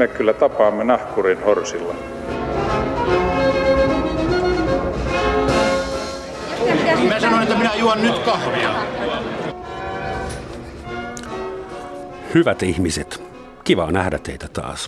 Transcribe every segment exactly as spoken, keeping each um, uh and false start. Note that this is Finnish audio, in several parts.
me kyllä tapaamme nahkurin horsilla. Mä sanoin, että minä juon nyt kahvia. Hyvät ihmiset, kiva nähdä teitä taas.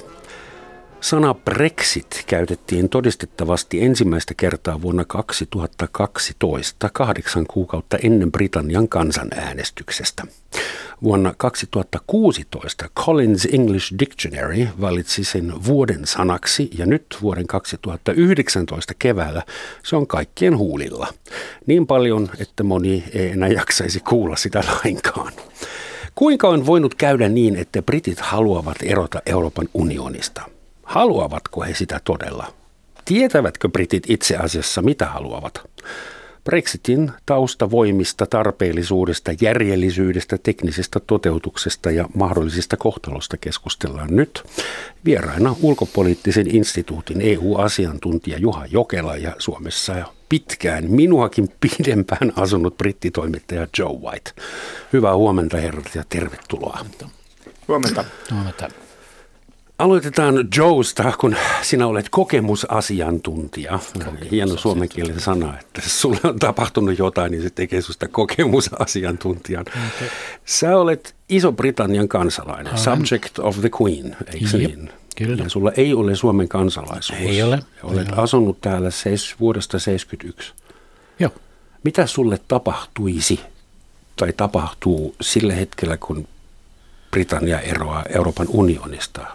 Sana Brexit käytettiin todistettavasti ensimmäistä kertaa vuonna kaksituhattakaksitoista, kahdeksan kuukautta ennen Britannian kansanäänestyksestä. Vuonna kaksituhattakuusitoista Collins English Dictionary valitsi sen vuoden sanaksi ja nyt vuoden kaksituhattayhdeksäntoista keväällä se on kaikkien huulilla. Niin paljon, että moni ei enää jaksaisi kuulla sitä lainkaan. Kuinka on voinut käydä niin, että britit haluavat erota Euroopan unionista? Haluavatko he sitä todella? Tietävätkö britit itse asiassa mitä haluavat? Brexitin taustavoimista, tarpeellisuudesta, järjellisyydestä, teknisestä toteutuksesta ja mahdollisista kohtalosta keskustellaan nyt. Vieraina ulkopoliittisen instituutin E U-asiantuntija Juha Jokela ja Suomessa jo pitkään, minuakin pidempään asunut brittitoimittaja Joe White. Hyvää huomenta herrat ja tervetuloa. Huomenta. Huomenta. Aloitetaan Joesta, kun sinä olet kokemusasiantuntija. Hieno suomenkielinen sana, että sulle on tapahtunut jotain, niin se tekee susta kokemusasiantuntijan. Okay. Sä olet Iso-Britannian kansalainen, Olen. subject of the Queen, eikö Jep, niin? Kyllä. Ja sulla ei ole Suomen kansalaisuus. Ei ole. Ja olet ei asunut täällä seis, vuodesta seitsemänkymmentäyksi. Joo. Mitä sulle tapahtuisi tai tapahtuu sillä hetkellä, kun Britannia eroaa Euroopan unionista?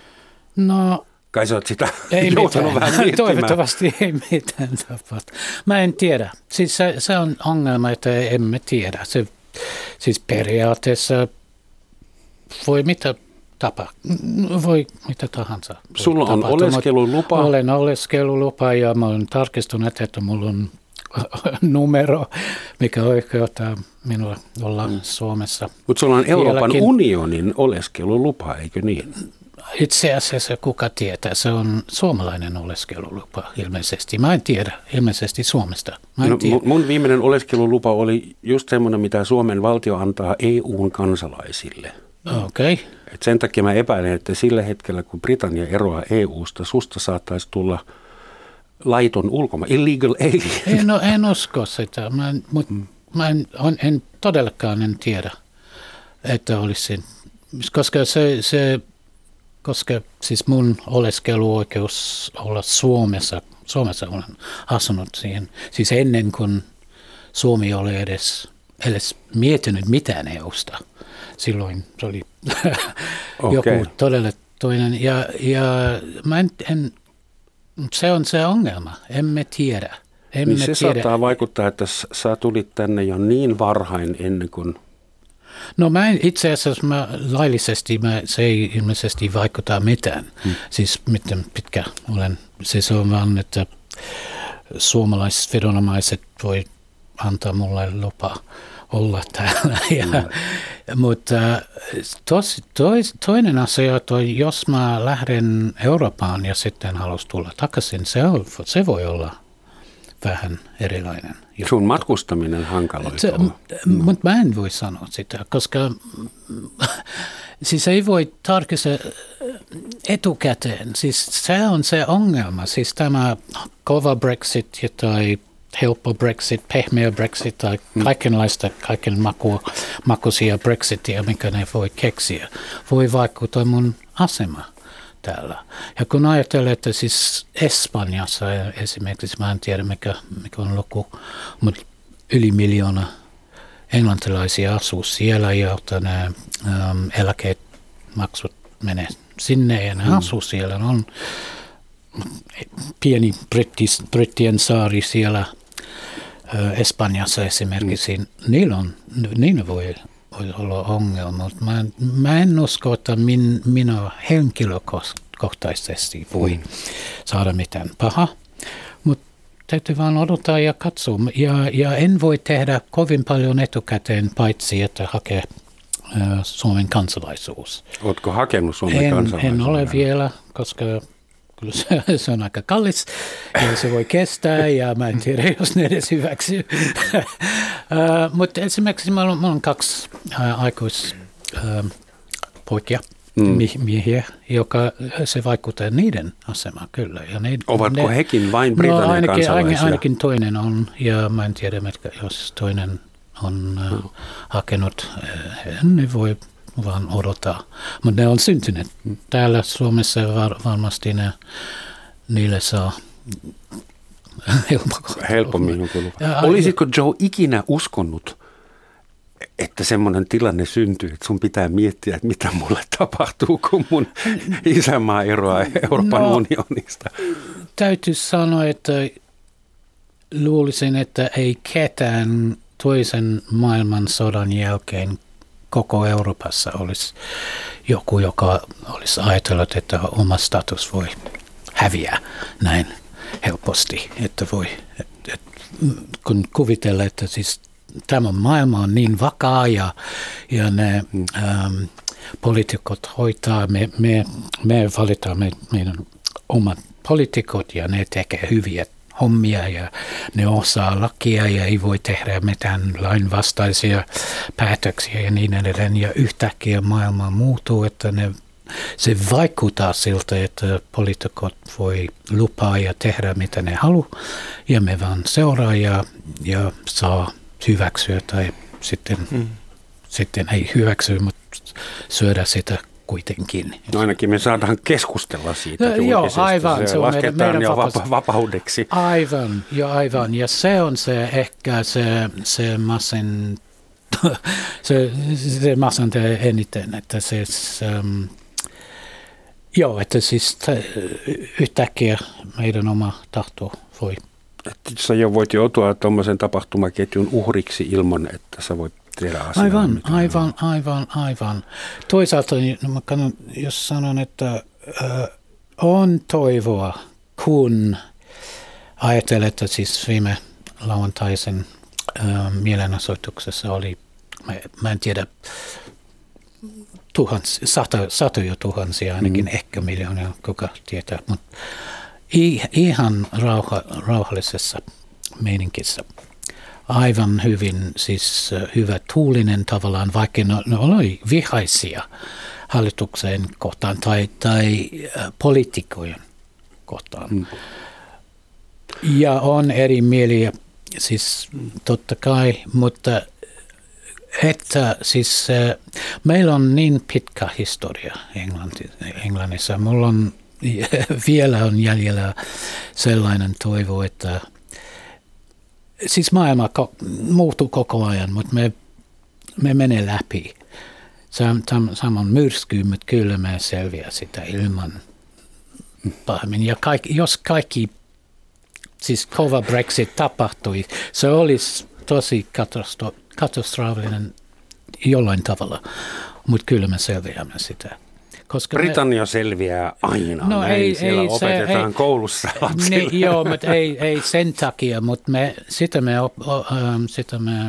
No, kai sä oot sitä ei joutunut mitään. vähän miettimään. Toivottavasti ei mitään tapahtu. Mä en tiedä. Siis se, se on ongelma, että emme tiedä. Se, siis periaatteessa voi mitä tapa, voi mitä tahansa. Sulla on tapahtua. oleskelulupa. Olen oleskelulupa ja mä olen tarkistunut, että mulla on numero, mikä oikeuttaa minua olla mm. Suomessa. Mutta sulla on Euroopan Vieläkin unionin oleskelulupa, eikö niin? Itse asiassa kuka tietää, se on suomalainen oleskelulupa ilmeisesti. Mä en tiedä, ilmeisesti Suomesta. Mä en no, tiedä. Mun viimeinen oleskelulupa oli just semmoinen, mitä Suomen valtio antaa E U:n kansalaisille. Okei. Okay. Et sen takia mä epäilen, että sillä hetkellä, kun Britannia eroaa E U:sta, susta saattaisi tulla laiton ulkomaan, illegal alien. En, no, en usko sitä, mä en, mut, mm. mä en, on, en todellakaan en tiedä, että olisi, koska se... se koska siis mun oleskeluoikeus olla Suomessa, Suomessa olen asunut siihen, siis ennen kuin Suomi oli edes, edes miettinyt mitään E U:sta. Silloin se oli joku okay. todella toinen. Ja, ja mä en, en, se on se ongelma, emme tiedä. Emme niin se tiedä. saattaa vaikuttaa, että sä tulit tänne jo niin varhain ennen kuin... No mä en, itse asiassa mä, laillisesti mä, se ei ilmeisesti vaikuta mitään. Hmm. Siis miten pitkä olen. Se on vaan, että suomalaiset viranomaiset voi antaa mulle lupa olla täällä. Ja, hmm. Mutta tos, tois, toinen asia, että jos mä lähden Eurooppaan ja sitten haluaisin tulla takaisin, se, on, se voi olla vähän erilainen. Sun matkustaminen hankaloituu. Mutta mä en voi sanoa sitä, koska siis ei voi tarkistaa etukäteen. Siis se on se ongelma. Siis tämä kova Brexit tai helppo Brexit, pehmeä Brexit tai kaikenlaista, kaiken maku, makuisia Brexitia, mikä ne voi keksiä, voi vaikuttaa mun asema täällä. Ja kun ajattelee, että siis Espanjassa esimerkiksi, mä en tiedä mikä, mikä on luku, mutta yli miljoona englantilaisia asuu siellä, jotta ne äm, eläkeet maksut menee sinne ja ne hmm. asuu siellä. On pieni Brittis, Brittien saari siellä ä, Espanjassa esimerkiksi, hmm. niillä, on, niillä voi voi olla ongelma, mutta mä, mä en usko, että min, minä henkilökohtaisesti voi mm. saada mitään pahaa, mutta täytyy vaan odottaa ja katsoa. Ja, ja en voi tehdä kovin paljon etukäteen, paitsi että hakee äh, Suomen kansalaisuus. Oletko hakenut Suomen en, kansalaisuuden? En ole vielä, koska kyllä se, se on aika kallis ja se voi kestää ja mä en tiedä, jos ne edes hyväksyy. uh, mutta esimerkiksi minulla on, on kaksi uh, aikuispoikia, uh, mm. miehiä, joka se vaikuttaa niiden asemaan kyllä. Ja ne, Ovatko ne, hekin vain Britannian no, ainakin, kansalaisia? Ainakin toinen on, ja mä en tiedä, että jos toinen on mm. uh, hakenut, ne voi vaan odottaa. Mutta ne on syntyneet. Täällä Suomessa var, varmasti ne, niille saa helpommin. Olisitko Joe ikinä uskonut, että semmoinen tilanne syntyy, että sun pitää miettiä, että mitä mulle tapahtuu, kun mun isänmaa eroaa Euroopan no, unionista? Täytyy sanoa, että luulisin, että ei ketään toisen maailmansodan jälkeen koko Euroopassa olisi joku, joka olisi ajatellut, että oma status voi häviää näin helposti. Että voi, et, et, kun kuvitella, että siis tämä maailma on niin vakaa ja, ja ne hmm. ähm, poliitikot hoitaa, me, me, me valitaan me, meidän omat poliitikot ja ne tekee hyviä hommia ja ne osaa lakia ja ei voi tehdä mitään lainvastaisia päätöksiä ja niin edelleen. Ja yhtäkkiä maailma muuttuu, että ne, se vaikuttaa siltä, että poliitikot voi lupaa ja tehdä mitä ne haluaa ja me vaan seuraa ja, ja saa hyväksyä tai sitten, mm. sitten ei hyväksyä, mutta syödä sitä kuitenkin. No ainakin me saadaan keskustella siitä. No, joo, aivan. Se, se on lasketaan meidän, jo meidän vapa- vapaudeksi. Aivan, jo aivan. Ja se on se ehkä se, se massin, se, se massan eniten, että siis, um, joo, että siis t- yhtäkkiä meidän oma tahto voi. Että sä jo voit joutua tuommoisen tapahtumaketjun uhriksi ilman, että sä voit tehdä asiaa. Aivan, aivan, aivan, aivan. Toisaalta, mä kannan, jos sanon, että äh, on toivoa, kun ajatellaan, että siis viime lauantaisen äh, mielenosoituksessa oli, mä, mä en tiedä, tuhans, sata, satoja tuhansia, ainakin mm. ehkä miljoonia, kuka tietää, mutta ihan rauha, rauhallisessa meininkissä. Aivan hyvin, siis hyvä tuulinen tavallaan, vaikka ne, ne oli vihaisia hallitukseen kohtaan tai, tai poliitikkojen kohtaan. Hmm. Ja on eri mieliä, siis totta kai, mutta että siis meillä on niin pitkä historia Englanti, Englannissa. Mulla on vielä on jäljellä sellainen toivo, että siis maailma muuttuu koko ajan, mutta me, me menee läpi. Saman myrskyy, mutta kyllä me selviää sitä ilman pahemmin. Ja kaikki, jos kaikki, siis kova Brexit tapahtui, se olisi tosi katastro- katastrofaalinen jollain tavalla, mutta kyllä me selviämme sitä. Koska Britannia me, selviää aina, no näin ei, siellä ei, opetetaan se, koulussa lapsille. Ne, joo, mutta ei, ei sen takia, mutta me, sitä, me, o, o, sitä me,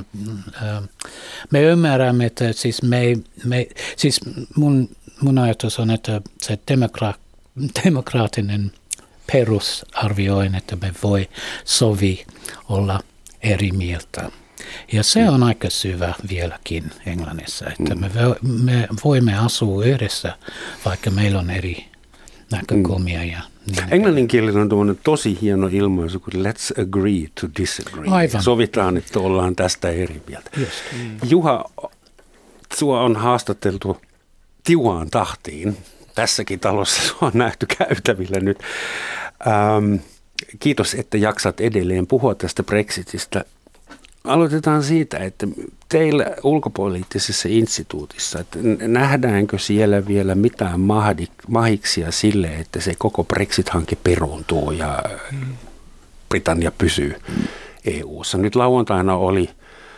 me ymmärrämme, että siis, me, me, siis mun, mun ajatus on, että se demokra- demokraattinen perusarvio on, että me voi sovi olla eri mieltä. Ja se on aika syvä vieläkin Englannissa, että me, me voimme asua yhdessä, vaikka meillä on eri näkökulmia. Ja niin. Englannin kielellä on tuommoinen tosi hieno ilmaisu, kun let's agree to disagree. Aivan. Sovitaan, että ollaan tästä eri mieltä. Just. Juha, sua on haastateltu tiuhaan tahtiin. Tässäkin talossa sua on nähty käytävillä nyt. Ähm, kiitos, että jaksat edelleen puhua tästä Brexitistä. Aloitetaan siitä, että teillä ulkopoliittisessa instituutissa, että nähdäänkö siellä vielä mitään mahiksia sille, että se koko Brexit-hanke peruuntuu ja Britannia pysyy E U:ssa. Nyt lauantaina oli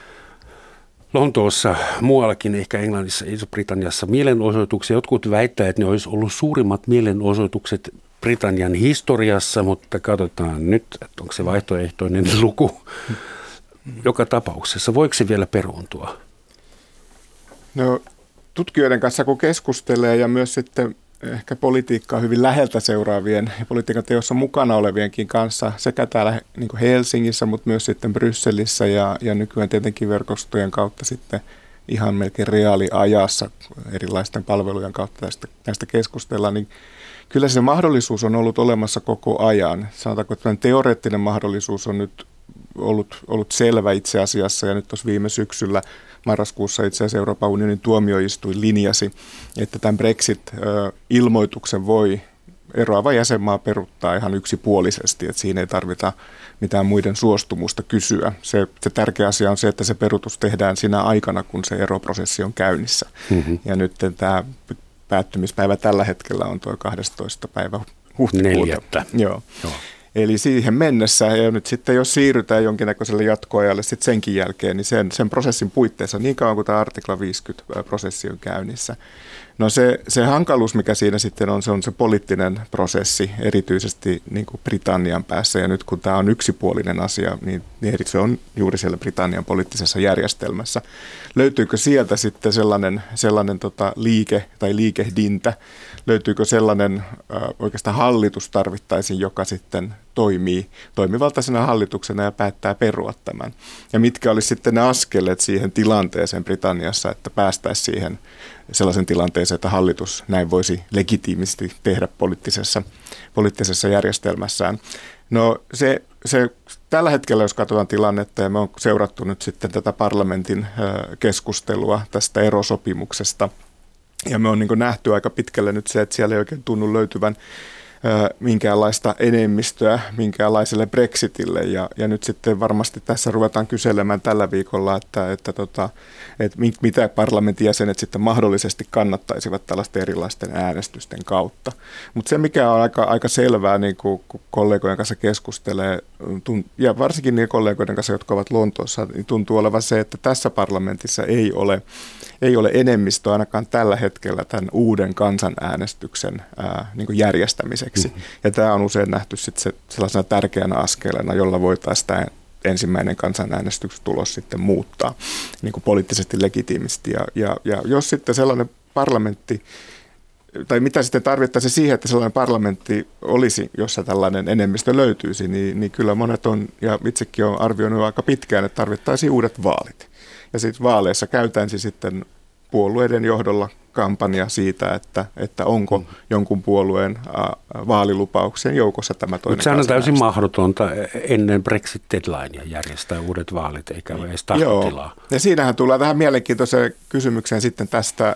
Lontoossa, muuallakin ehkä Englannissa, Iso-Britanniassa mielenosoituksia. Jotkut väittävät, että ne olisi ollut suurimmat mielenosoitukset Britannian historiassa, mutta katsotaan nyt, että onko se vaihtoehtoinen luku. Joka tapauksessa. Voiko se vielä peruuntua? No, tutkijoiden kanssa kun keskustelee ja myös sitten ehkä politiikkaa hyvin läheltä seuraavien ja politiikan teossa mukana olevienkin kanssa sekä täällä niin kuin Helsingissä, mutta myös sitten Brysselissä ja, ja nykyään tietenkin verkostojen kautta sitten ihan melkein reaaliajassa erilaisten palvelujen kautta tästä, näistä keskustellaan, niin kyllä se mahdollisuus on ollut olemassa koko ajan. Sanotaanko, että teoreettinen mahdollisuus on nyt ollut, ollut selvä itse asiassa, ja nyt tuossa viime syksyllä marraskuussa itse asiassa Euroopan unionin tuomioistuin linjasi, että tämän Brexit-ilmoituksen voi eroava jäsenmaa peruuttaa ihan yksipuolisesti, että siinä ei tarvita mitään muiden suostumusta kysyä. Se, se tärkeä asia on se, että se peruutus tehdään siinä aikana, kun se eroprosessi on käynnissä. Mm-hmm. Ja nyt tämä päättymispäivä tällä hetkellä on tuo kahdestoista päivä huhtikuuta. Neljättä. Joo. Joo. Eli siihen mennessä, ja nyt sitten jos siirrytään jonkinnäköiselle jatkoajalle sitten senkin jälkeen, niin sen, sen prosessin puitteissa, niin kauan kuin tämä artikla viisikymmentä prosessi on käynnissä. No se, se hankaluus, mikä siinä sitten on, se on se poliittinen prosessi, erityisesti niin kuin Britannian päässä, ja nyt kun tämä on yksipuolinen asia, niin, niin se on juuri siellä Britannian poliittisessa järjestelmässä. Löytyykö sieltä sitten sellainen, sellainen tota liike tai liikehdintä, löytyykö sellainen äh, oikeastaan hallitus tarvittaisiin, joka sitten toimii toimivaltaisena hallituksena ja päättää perua tämän. Ja mitkä olisi sitten ne askeleet siihen tilanteeseen Britanniassa, että päästäisiin siihen sellaisen tilanteeseen, että hallitus näin voisi legitiimisti tehdä poliittisessa, poliittisessa järjestelmässään. No se, se tällä hetkellä, jos katsotaan tilannetta, ja me on seurattu nyt sitten tätä parlamentin keskustelua tästä erosopimuksesta, ja me on niin kuin nähty aika pitkälle nyt se, että siellä ei oikein tunnu löytyvän minkäänlaista enemmistöä minkäänlaiselle Brexitille, ja, ja nyt sitten varmasti tässä ruvetaan kyselemään tällä viikolla, että, että, tota, että mitä parlamentin jäsenet sitten mahdollisesti kannattaisivat tällaisten erilaisten äänestysten kautta. Mutta se, mikä on aika, aika selvää, niin kun kollegojen kanssa keskustelee, ja varsinkin niiden kollegoiden kanssa, jotka ovat Lontoossa, niin tuntuu olevan se, että tässä parlamentissa ei ole, ei ole enemmistö ainakaan tällä hetkellä tämän uuden kansanäänestyksen ää, niin kuin järjestämiseksi. Mm-hmm. Ja tämä on usein nähty sitten se, sellaisena tärkeänä askeleena, jolla voitaisiin tämä ensimmäinen kansanäänestystulos sitten muuttaa niin kuin poliittisesti legitiimisti. Ja, ja, ja jos sitten sellainen parlamentti, tai mitä sitten tarvittaisiin siihen, että sellainen parlamentti olisi, jossa tällainen enemmistö löytyisi, niin, niin kyllä monet on, ja itsekin on arvioinut aika pitkään, että tarvittaisiin uudet vaalit. Ja sitten vaaleissa käytäisiin sitten puolueiden johdolla kampanja siitä, että, että onko jonkun puolueen vaalilupauksien joukossa tämä toinen. Mutta sehän on täysin mahdotonta ennen Brexit-deadlinea järjestää uudet vaalit, eikä edes tahtotilaa. Joo. Ja siinähän tullaan tähän mielenkiintoiseen kysymykseen sitten tästä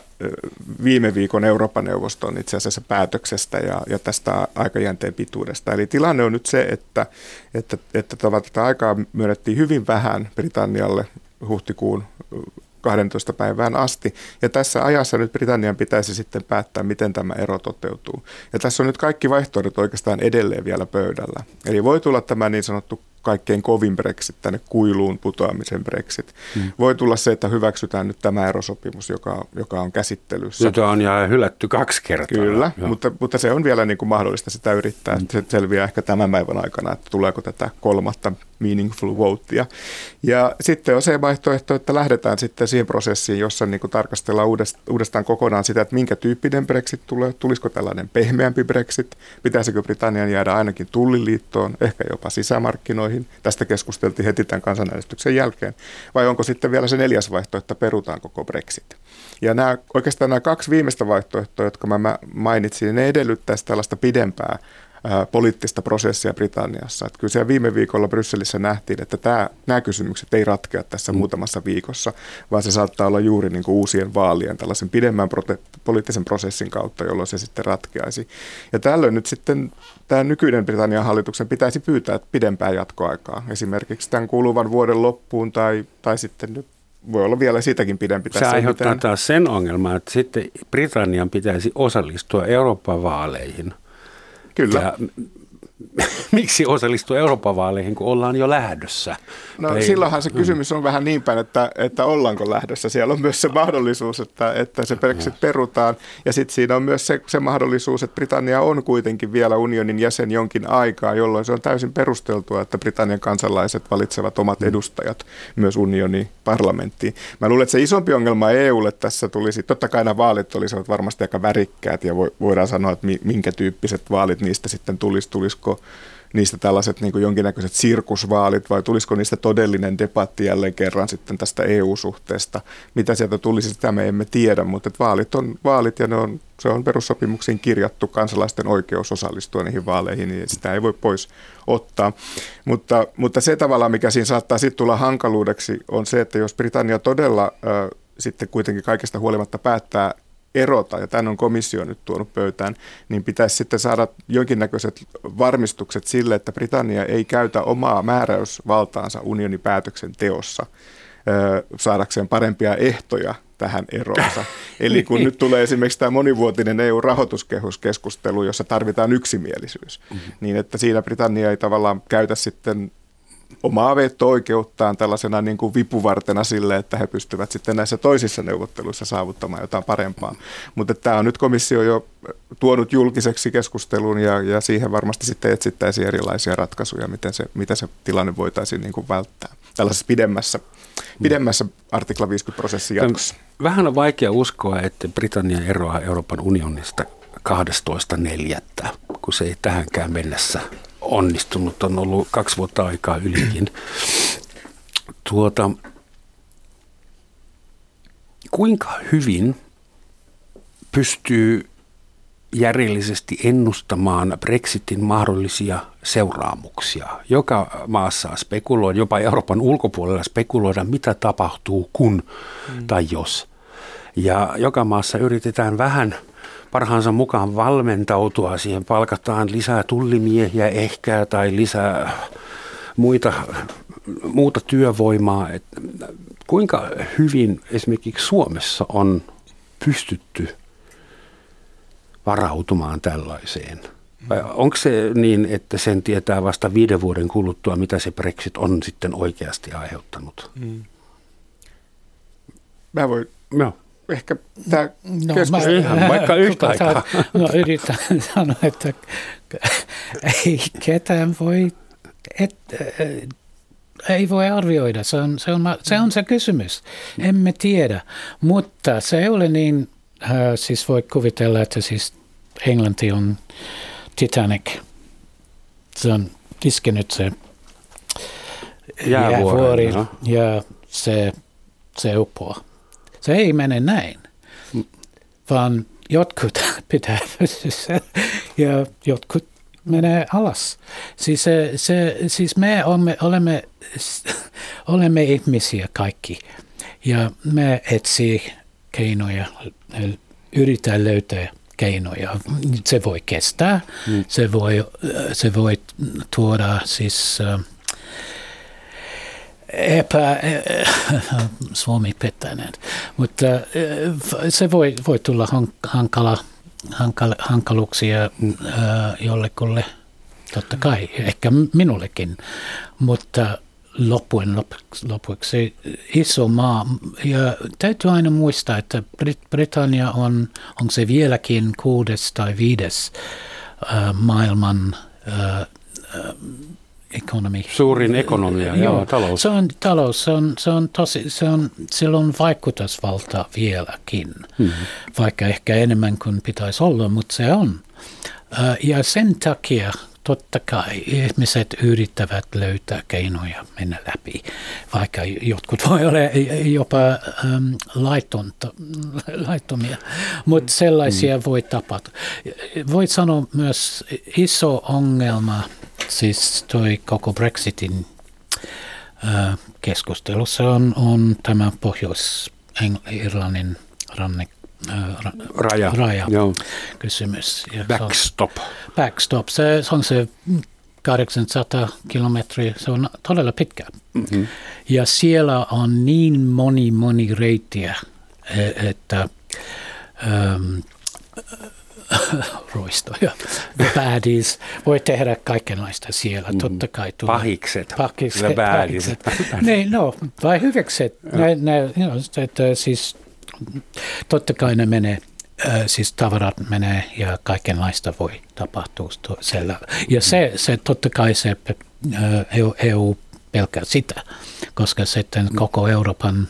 viime viikon Euroopan neuvoston itse asiassa päätöksestä ja, ja tästä aikajänteen pituudesta. Eli tilanne on nyt se, että, että, että tätä aikaa myönnettiin hyvin vähän Britannialle huhtikuun kahteentoista päivään asti. Ja tässä ajassa nyt Britannian pitäisi sitten päättää, miten tämä ero toteutuu. Ja tässä on nyt kaikki vaihtoehdot oikeastaan edelleen vielä pöydällä. Eli voi tulla tämä niin sanottu kaikkein kovin Brexit, tänne kuiluun putoamisen Brexit. Hmm. Voi tulla se, että hyväksytään nyt tämä erosopimus, joka, joka on käsittelyssä. Jota on ja hylätty kaksi kertaa. Kyllä, mutta, mutta se on vielä niin kuin mahdollista sitä yrittää. Hmm. Se selviää ehkä tämän päivän aikana, että tuleeko tätä kolmatta meaningful votea. Ja sitten on se vaihtoehto, että lähdetään sitten siihen prosessiin, jossa niin kuin tarkastellaan uudestaan kokonaan sitä, että minkä tyyppinen Brexit tulee. Tulisiko tällainen pehmeämpi Brexit? Pitäisikö Britannian jäädä ainakin tulliliittoon, ehkä jopa sisämarkkinoihin? Tästä keskusteltiin heti tämän kansanäänestyksen jälkeen. Vai onko sitten vielä se neljäs vaihtoehto, että perutaan koko Brexit? Ja nämä, oikeastaan nämä kaksi viimeistä vaihtoehtoa, jotka mä mainitsin, ne edellyttäisi tällaista pidempää ää, poliittista prosessia Britanniassa. Että kyllä siellä viime viikolla Brysselissä nähtiin, että tämä, nämä kysymykset ei ratkea tässä mm. muutamassa viikossa, vaan se saattaa olla juuri niin kuin uusien vaalien, tällaisen pidemmän prote- poliittisen prosessin kautta, jolloin se sitten ratkeaisi. Ja tällöin nyt sitten tämä nykyinen Britannian hallituksen pitäisi pyytää pidempää jatkoaikaa, esimerkiksi tämän kuluvan vuoden loppuun tai, tai sitten nyt voi olla vielä siitäkin pidempi. Se aiheuttaa mitään taas sen ongelman, että sitten Britannian pitäisi osallistua Euroopan vaaleihin. Kyllä. Ja miksi osallistua Euroopan vaaleihin, kun ollaan jo lähdössä? No tai silloinhan se kysymys on vähän niin päin, että, että ollaanko lähdössä. Siellä on myös se mahdollisuus, että, että se Brexit perutaan. Ja sitten siinä on myös se, se mahdollisuus, että Britannia on kuitenkin vielä unionin jäsen jonkin aikaa, jolloin se on täysin perusteltua, että Britannian kansalaiset valitsevat omat edustajat myös unionin parlamenttiin. Mä luulen, että se isompi ongelma E U:lle tässä tulisi, totta kai nämä vaalit olisivat varmasti aika värikkäät ja voidaan sanoa, että minkä tyyppiset vaalit niistä sitten tulisi, tulisiko niistä tällaiset niin kuin jonkinnäköiset sirkusvaalit vai tulisiko niistä todellinen debatti jälleen kerran sitten tästä E U-suhteesta. Mitä sieltä tulisi, sitä me emme tiedä, mutta että vaalit on vaalit ja ne on, se on perussopimuksiin kirjattu kansalaisten oikeus osallistua niihin vaaleihin, niin sitä ei voi pois ottaa. Mutta, mutta se tavalla, mikä siinä saattaa sitten tulla hankaluudeksi, on se, että jos Britannia todella äh, sitten kuitenkin kaikesta huolimatta päättää erota, ja tämän on komissio nyt tuonut pöytään, niin pitäisi sitten saada jonkinnäköiset varmistukset sille, että Britannia ei käytä omaa määräysvaltaansa unionin päätöksenteossa saadakseen parempia ehtoja tähän eroonsa. Eli kun nyt tulee esimerkiksi tämä monivuotinen E U-rahoituskehyskeskustelu, jossa tarvitaan yksimielisyys, mm-hmm. niin että siinä Britannia ei tavallaan käytä sitten omaa veto-oikeuttaan tällaisena niin kuin vipuvartena sille, että he pystyvät sitten näissä toisissa neuvotteluissa saavuttamaan jotain parempaa. Mutta tämä on nyt komissio jo tuonut julkiseksi keskusteluun ja, ja siihen varmasti sitten etsittäisiin erilaisia ratkaisuja, miten se, miten se tilanne voitaisiin niin kuin välttää tällaisessa pidemmässä, pidemmässä artikla viisikymmentä-prosessin jatkossa. Vähän on vaikea uskoa, että Britannia eroaa Euroopan unionista kahdestoista neljättä, kun se ei tähänkään mennessä onnistunut, on ollut kaksi vuotta aikaa ylikin. Tuota, kuinka hyvin pystyy järjellisesti ennustamaan Brexitin mahdollisia seuraamuksia? Joka maassa spekuloida, jopa Euroopan ulkopuolella spekuloida, mitä tapahtuu kun mm. tai jos. Ja joka maassa yritetään vähän parhaansa mukaan valmentautua siihen, palkataan lisää tullimiehiä ehkä tai lisää muita, muuta työvoimaa. Et kuinka hyvin esimerkiksi Suomessa on pystytty varautumaan tällaiseen? Vai onko se niin, että sen tietää vasta viiden vuoden kuluttua, mitä se Brexit on sitten oikeasti aiheuttanut? Mm. Mä voin... Joo. Ehkä tämä no, keskustelu... Ihan vaikka yhtä aikaa. No yritän sanoa, että ei ketään voi, et, ei voi arvioida. Se on se, on, se on se kysymys. Emme tiedä, mutta se ei ole niin, äh, siis voi kuvitella, että siis Englanti on Titanic. Se on iskenyt se jäävuori ja, ja se, se uppoaa. Se ei mene näin, vaan jotkut pitää pysyä ja jotkut menee alas. Siis, se, se, siis me olemme, olemme, olemme ihmisiä kaikki ja me etsii keinoja, yritetään löytää keinoja. Se voi kestää, mm. se, voi, se voi tuoda siis... Epä, Suomi pettäneet, mutta se voi, voi tulla hankala, hankala, hankaluuksia jollekulle, totta kai, ehkä minullekin, mutta loppujen lopuksi iso maa, ja täytyy aina muistaa, että Brit- Britannia on, on se vieläkin kuudes tai viides äh, maailman äh, Economy. Suurin ekonomia, joo, joo, talous. Se on talous, se on, se on tosi, se on, sillä on vaikutusvalta vieläkin, mm-hmm. vaikka ehkä enemmän kuin pitäisi olla, mutta se on. Ja sen takia totta kai ihmiset yrittävät löytää keinoja mennä läpi, vaikka jotkut voi olla jopa ähm, laitonta, laittomia, mutta sellaisia mm. voi tapahtua. Voit sanoa myös iso ongelma, siis toi koko Brexitin äh, keskustelussa on, on tämä Pohjois-Irlannin ranne, äh, ra, raja, raja kysymys. Ja backstop. Se on, backstop, se on se kahdeksansataa kilometriä, se on todella pitkä. Mm-hmm. Ja siellä on niin moni, moni reittiä, että ähm, roistoja, baddies, voi tehdä kaikenlaista siellä, mm. totta kai. Tulee. Pahikset, Pahikset, the baddies. Ne, no, vai hyvekset, ne, ne, you know, että siis totta kai ne menee, äh, siis tavarat menee ja kaikenlaista voi tapahtua siellä. Ja se, se totta kai se äh, E U pelkää sitä, koska sitten koko Euroopan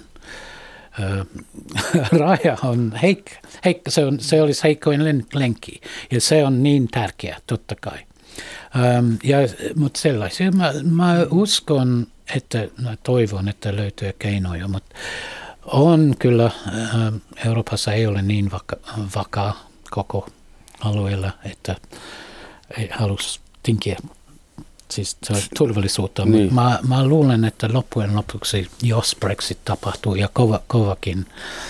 äh, raja on heikko. Heikko, se, on, se olisi heikkoin lenkki, ja se on niin tärkeä, totta kai. Ähm, ja, mutta sellaisia, mä, mä uskon, että mä toivon, että löytyy keinoja, mutta on kyllä, äh, Euroopassa ei ole niin vaka, vakaa koko alueella, että ei halus tinkiä siis turvallisuutta. Niin. Mä, mä luulen, että loppujen lopuksi, jos Brexit tapahtuu ja kova, kovakin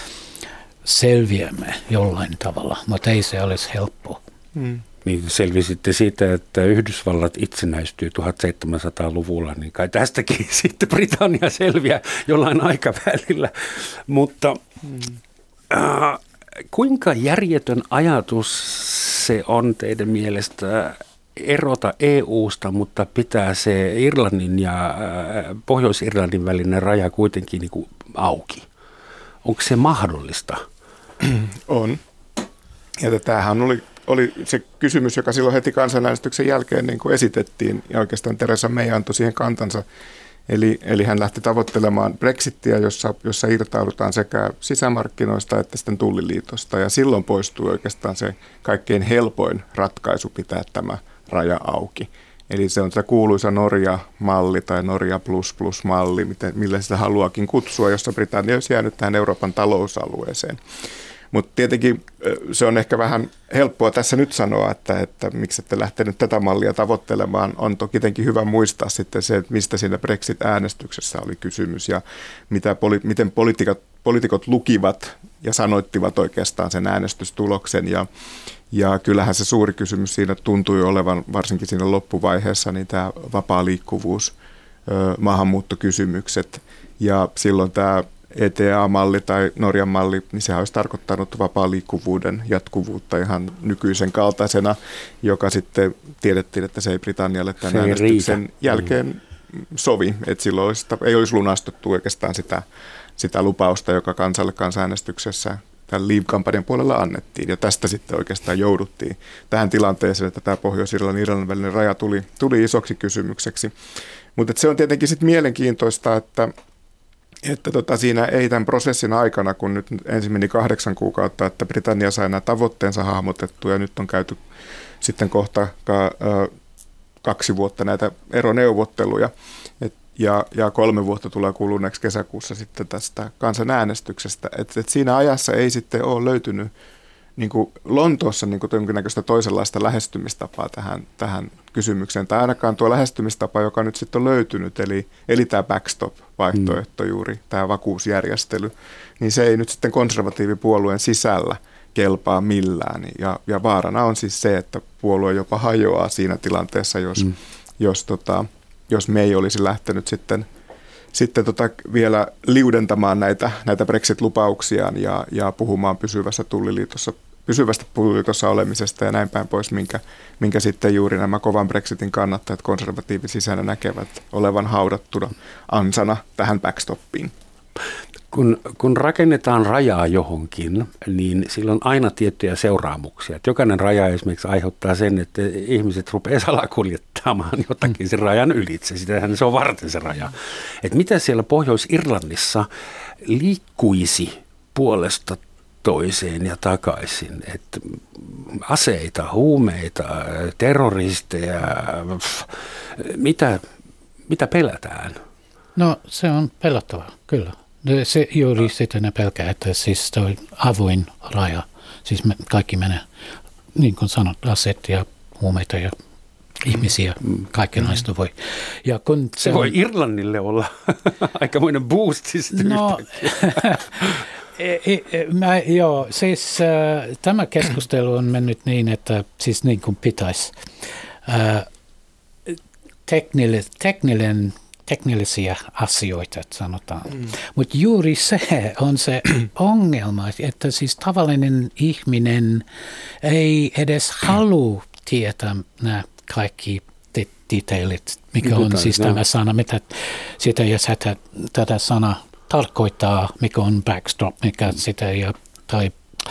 selviämme jollain tavalla, mutta ei se olisi helppoa. Hmm. Niin selvisitte siitä, että Yhdysvallat itsenäistyy tuhatseitsemänsataaluvulla, niin kai tästäkin sitten Britannia selviää jollain aikavälillä. Mutta hmm. äh, kuinka järjetön ajatus se on teidän mielestä erota E U:sta, mutta pitää se Irlannin ja äh, Pohjois-Irlannin välinen raja kuitenkin niin kuin auki? Onko se mahdollista? On. Ja tämähän oli, oli se kysymys, joka silloin heti kansanäänestyksen jälkeen niin kuin esitettiin, ja oikeastaan Theresa May antoi siihen kantansa. Eli, eli hän lähti tavoittelemaan Brexittiä, jossa, jossa irtaudutaan sekä sisämarkkinoista että sitten tulliliitosta, ja silloin poistui oikeastaan se kaikkein helpoin ratkaisu pitää tämä raja auki. Eli se on se kuuluisa Norja-malli tai Norja plus plus malli, miten, millä sitä haluakin kutsua, jossa Britannia olisi jäänyt tähän Euroopan talousalueeseen. Mutta tietenkin se on ehkä vähän helppoa tässä nyt sanoa, että, että miksi ette lähtenyt tätä mallia tavoittelemaan. On toki tietenkin hyvä muistaa sitten se, että mistä siinä Brexit-äänestyksessä oli kysymys ja mitä, miten poliitikot, poliitikot lukivat ja sanoittivat oikeastaan sen äänestystuloksen. Ja, ja kyllähän se suuri kysymys siinä tuntui olevan, varsinkin siinä loppuvaiheessa, niin tämä vapaa liikkuvuus, maahanmuuttokysymykset ja silloin tämä E T A-malli tai Norjan malli, niin sehän olisi tarkoittanut vapaa liikkuvuuden jatkuvuutta ihan nykyisen kaltaisena, joka sitten tiedettiin, että se ei Britannialle tämän äänestyksen riitä. Jälkeen sovi. Että silloin olisi, ei olisi lunastettu oikeastaan sitä, sitä lupausta, joka kansalle kansanäänestyksessä tämän Leave-kampanjan puolella annettiin. Ja tästä sitten oikeastaan jouduttiin tähän tilanteeseen, että tämä Pohjois-Irlannin ja Irlannin välinen raja tuli, tuli isoksi kysymykseksi. Mutta se on tietenkin sitten mielenkiintoista, että Että tota, siinä ei tämän prosessin aikana, kun nyt ensin meni kahdeksan kuukautta, että Britannia sai nämä tavoitteensa hahmotettua ja nyt on käyty sitten kohta ka, ö, kaksi vuotta näitä eroneuvotteluja et, ja, ja kolme vuotta tulee kuluneeksi kesäkuussa sitten tästä kansanäänestyksestä. Et, et siinä ajassa ei sitten ole löytynyt niin kuin Lontoossa niin kuin jonkinnäköistä toisenlaista lähestymistapaa tähän, tähän kysymykseen. Tai ainakaan tuo lähestymistapa, joka nyt sitten on löytynyt, eli, eli tämä backstop-vaihtoehto juuri, tämä vakuusjärjestely, niin se ei nyt sitten konservatiivipuolueen sisällä kelpaa millään. Ja, ja vaarana on siis se, että puolue jopa hajoaa siinä tilanteessa, jos, mm. jos, tota, jos me ei olisi lähtenyt sitten Sitten tota vielä liudentamaan näitä, näitä Brexit-lupauksiaan ja, ja puhumaan pysyvässä tulliliitossa, pysyvästä tulliliitossa olemisesta ja näin päin pois, minkä, minkä sitten juuri nämä kovan Brexitin kannattajat konservatiivisisänä näkevät olevan haudattuna ansana tähän backstoppiin. Kun, kun rakennetaan rajaa johonkin, niin sillä on aina tiettyjä seuraamuksia. Että jokainen raja esimerkiksi aiheuttaa sen, että ihmiset rupeaa salakuljettamaan jotakin sen rajan ylitse. Sitähän se on varten se raja. Että mitä siellä Pohjois-Irlannissa liikkuisi puolesta toiseen ja takaisin? Että aseita, huumeita, terroristeja, mitä, mitä pelätään? No se on pelottavaa, kyllä. Se juuri sitä ne pelkää, että siis toi avoin raja, siis me kaikki menee, niin kuin sanot, aset ja huumeita ja ihmisiä, kaikenlaista voi. Ja kun se, se voi on, Irlannille olla aikamoinen boost. No, e, e, mä, joo, siis äh, tämä keskustelu on mennyt niin, että siis niin kuin pitäisi äh, teknillinen, teknillinen teknillisiä asioita, sanotaan. Mm. Mutta juuri se on se ongelma, että siis tavallinen ihminen ei edes halua tietää nämä kaikki detailit, mikä Mitä on siis no. tämä sana, mitä sitä ja sitä, tätä sana tarkoittaa, mikä on backstop, mikä mm. sitä ja tai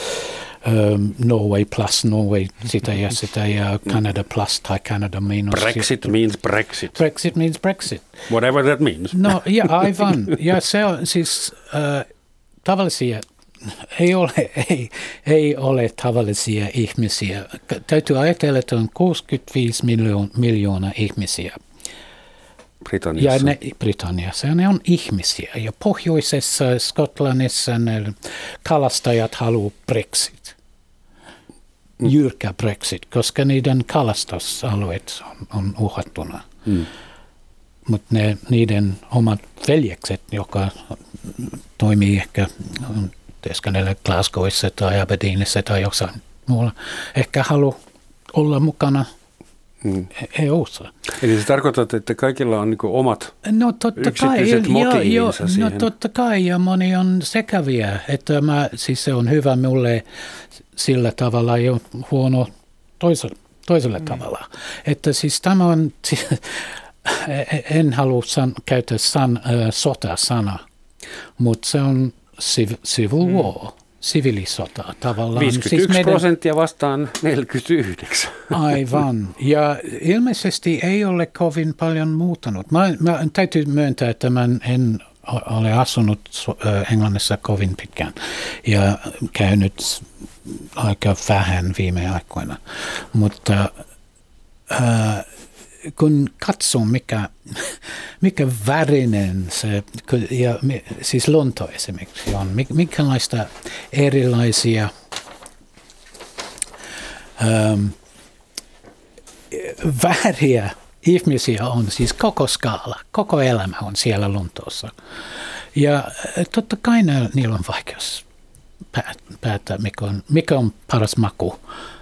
Um, Norway plus Norway, sitä ja sitä ja Canada plus tai Canada minus. Brexit means Brexit. Brexit means Brexit. Whatever that means. No, ja aivan. Ja se on siis uh, tavallisia ei ole, ei, ei ole tavallisia ihmisiä. Täytyy ajatella, että on kuusikymmentäviisi miljoonaa ihmisiä. Britanniassa. Ja ne, Britanniassa. Ne on ihmisiä. Ja pohjoisessa Skotlannissa ne kalastajat haluavat Brexit. Jyrkä Brexit, koska niiden kalastusalueet on, on uhattuna. Mm. Mutta niiden omat veljekset, joka toimii ehkä työskennellä Glasgowissa tai Aberdeenissa tai jossain muulla, ehkä haluaa olla mukana mm. E U:ssa. Eli se tarkoittaa, että kaikilla on niin kuin omat no, totta yksityiset kai, motiivinsa jo, jo, siihen? No totta kai, ja moni on sekäviä. Että mä, siis se on hyvä mulle sillä tavalla ja huono toisella, toisella mm. tavalla. Että siis tämä on... En halua san, käyttää san, äh, sota-sana, mutta se on civ, civil war, mm. siviilisota tavallaan. viisikymmentäyksi siis meidän, prosenttia vastaan neljäkymmentäyhdeksän. Aivan. Ja ilmeisesti ei ole kovin paljon muuttanut. Mä, mä täytyy myöntää, että mä en ole asunut äh, Englannissa kovin pitkään ja käynyt aika vähän viime aikoina, mutta... Äh, kun katsoo, mikä, mikä värinen se, ja siis Lonto esimerkiksi on, minkälaista erilaisia ähm, väriä ihmisiä on, siis koko skaala, koko elämä on siellä Lontoossa. Ja totta kai niillä on vaikeus päättää, mikä on, mikä on paras maku.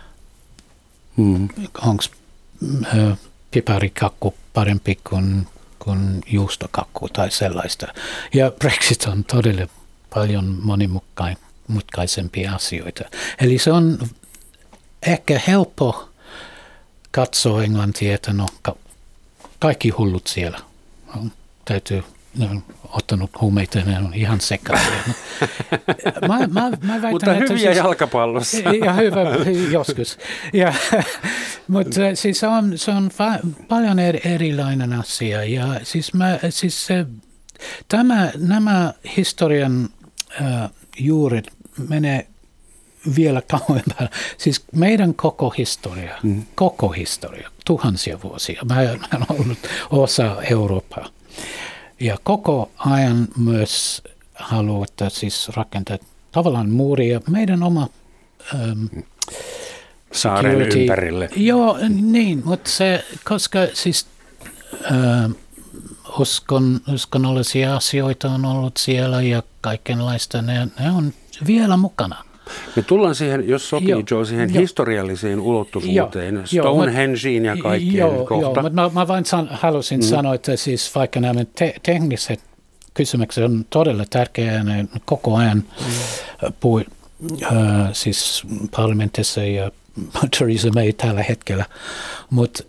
Mm. Onko äh, piparikakku parempi kuin, kuin juustokakku tai sellaista. Ja Brexit on todella paljon monimutkaisempia asioita. Eli se on ehkä helppo katsoa Englantia, että no kaikki hullut siellä. Täytyy, ne on ottanut huumeita, ne on ihan sekaisin. Mä, mä, mä väitän, mutta hyviä siis, jalkapallossa. Ja hyvä, joskus. Ja, mutta siis on, se on va, paljon eri, erilainen asia. Ja siis mä, siis se, tämä, nämä historian äh, juuret menee vielä kauempaa. Siis meidän koko historia, mm. koko historia, tuhansia vuosia. Mä, mä olen ollut osa Eurooppaa. Ja koko ajan myös haluaa, että siis rakentaa tavallaan muuria meidän oma ähm, saaren security. Ympärille. Joo, niin, mutta se, koska siis äh, uskon, uskonnollisia asioita on ollut siellä ja kaikenlaista, ne, ne on vielä mukana. Me tullaan siihen, jos sopii jo, Joe, siihen jo. historialliseen ulottuvuuteen, Stonehengeen ja kaikkeen joo, kohta. Joo, mutta mä, mä vain san, halusin mm. sanoa, että siis vaikka nämä te- tekniset kysymykset on todella tärkeää, ne koko ajan mm. puhui äh, siis parlamentissa ja Theresa May tällä hetkellä, mutta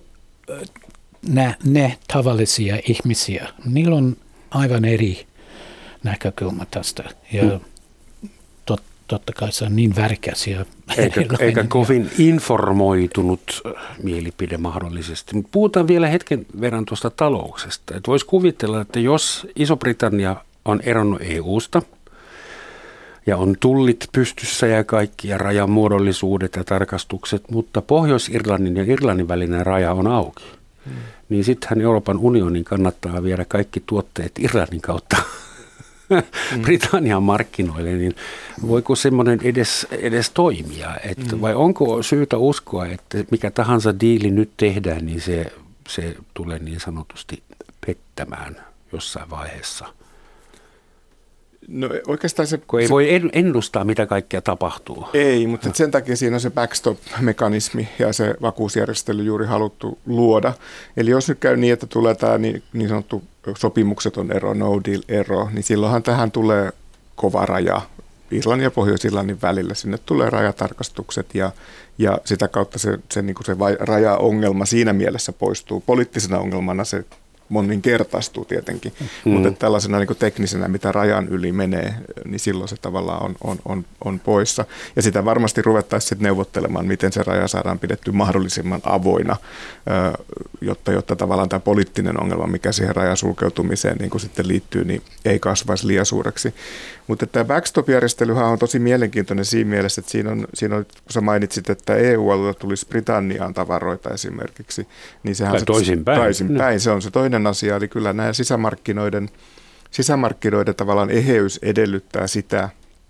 ne, ne tavallisia ihmisiä, niillä on aivan eri näkökulma tästä ja mm. totta kai se on niin värikäs ja eikä, eikä kovin informoitunut mielipide mahdollisesti. Mutta puhutaan vielä hetken verran tuosta talouksesta. Voisi kuvitella, että jos Iso-Britannia on eronnut E U:sta ja on tullit pystyssä ja kaikki ja rajan muodollisuudet ja tarkastukset, mutta Pohjois-Irlannin ja Irlannin välinen raja on auki, hmm. niin sittenhän Euroopan unionin kannattaa viedä kaikki tuotteet Irlannin kautta Mm. Britannian markkinoille, niin voiko semmoinen edes, edes toimia? Että, mm. vai onko syytä uskoa, että mikä tahansa diili nyt tehdään, niin se, se tulee niin sanotusti pettämään jossain vaiheessa? No oikeastaan se... Kun ei se, voi ennustaa, mitä kaikkea tapahtuu. Ei, mutta no. sen takia siinä on se backstop-mekanismi ja se vakuusjärjestely juuri haluttu luoda. Eli jos nyt käy niin, että tulee tämä niin, niin sanottu sopimukseton ero, no deal ero, niin silloinhan tähän tulee kova raja Irlannin ja Pohjois-Irlannin välillä. Sinne tulee rajatarkastukset ja, ja sitä kautta se, se, niin kuin se rajaongelma siinä mielessä poistuu. Poliittisena ongelmana se moninkertaistuu tietenkin, mm. mutta tällaisena niin kuin teknisenä, mitä rajan yli menee, niin silloin se tavallaan on, on, on, on poissa. Ja sitä varmasti ruvettaisiin sitten neuvottelemaan, miten se raja saadaan pidetty mahdollisimman avoina, jotta, jotta tavallaan tämä poliittinen ongelma, mikä siihen rajan sulkeutumiseen niin kuin sitten liittyy, niin ei kasvaisi liian suureksi. Mutta tämä backstop-järjestelyhän on tosi mielenkiintoinen siinä mielessä, että siinä on, siinä on kun sä mainitsit, että E U-alueella tulisi Britanniaan tavaroita esimerkiksi, niin sehän tai toisinpäin. Toisinpäin, se on se toinen asia, eli kyllä nämä sisämarkkinoiden, sisämarkkinoiden tavallaan eheys edellyttää sitä,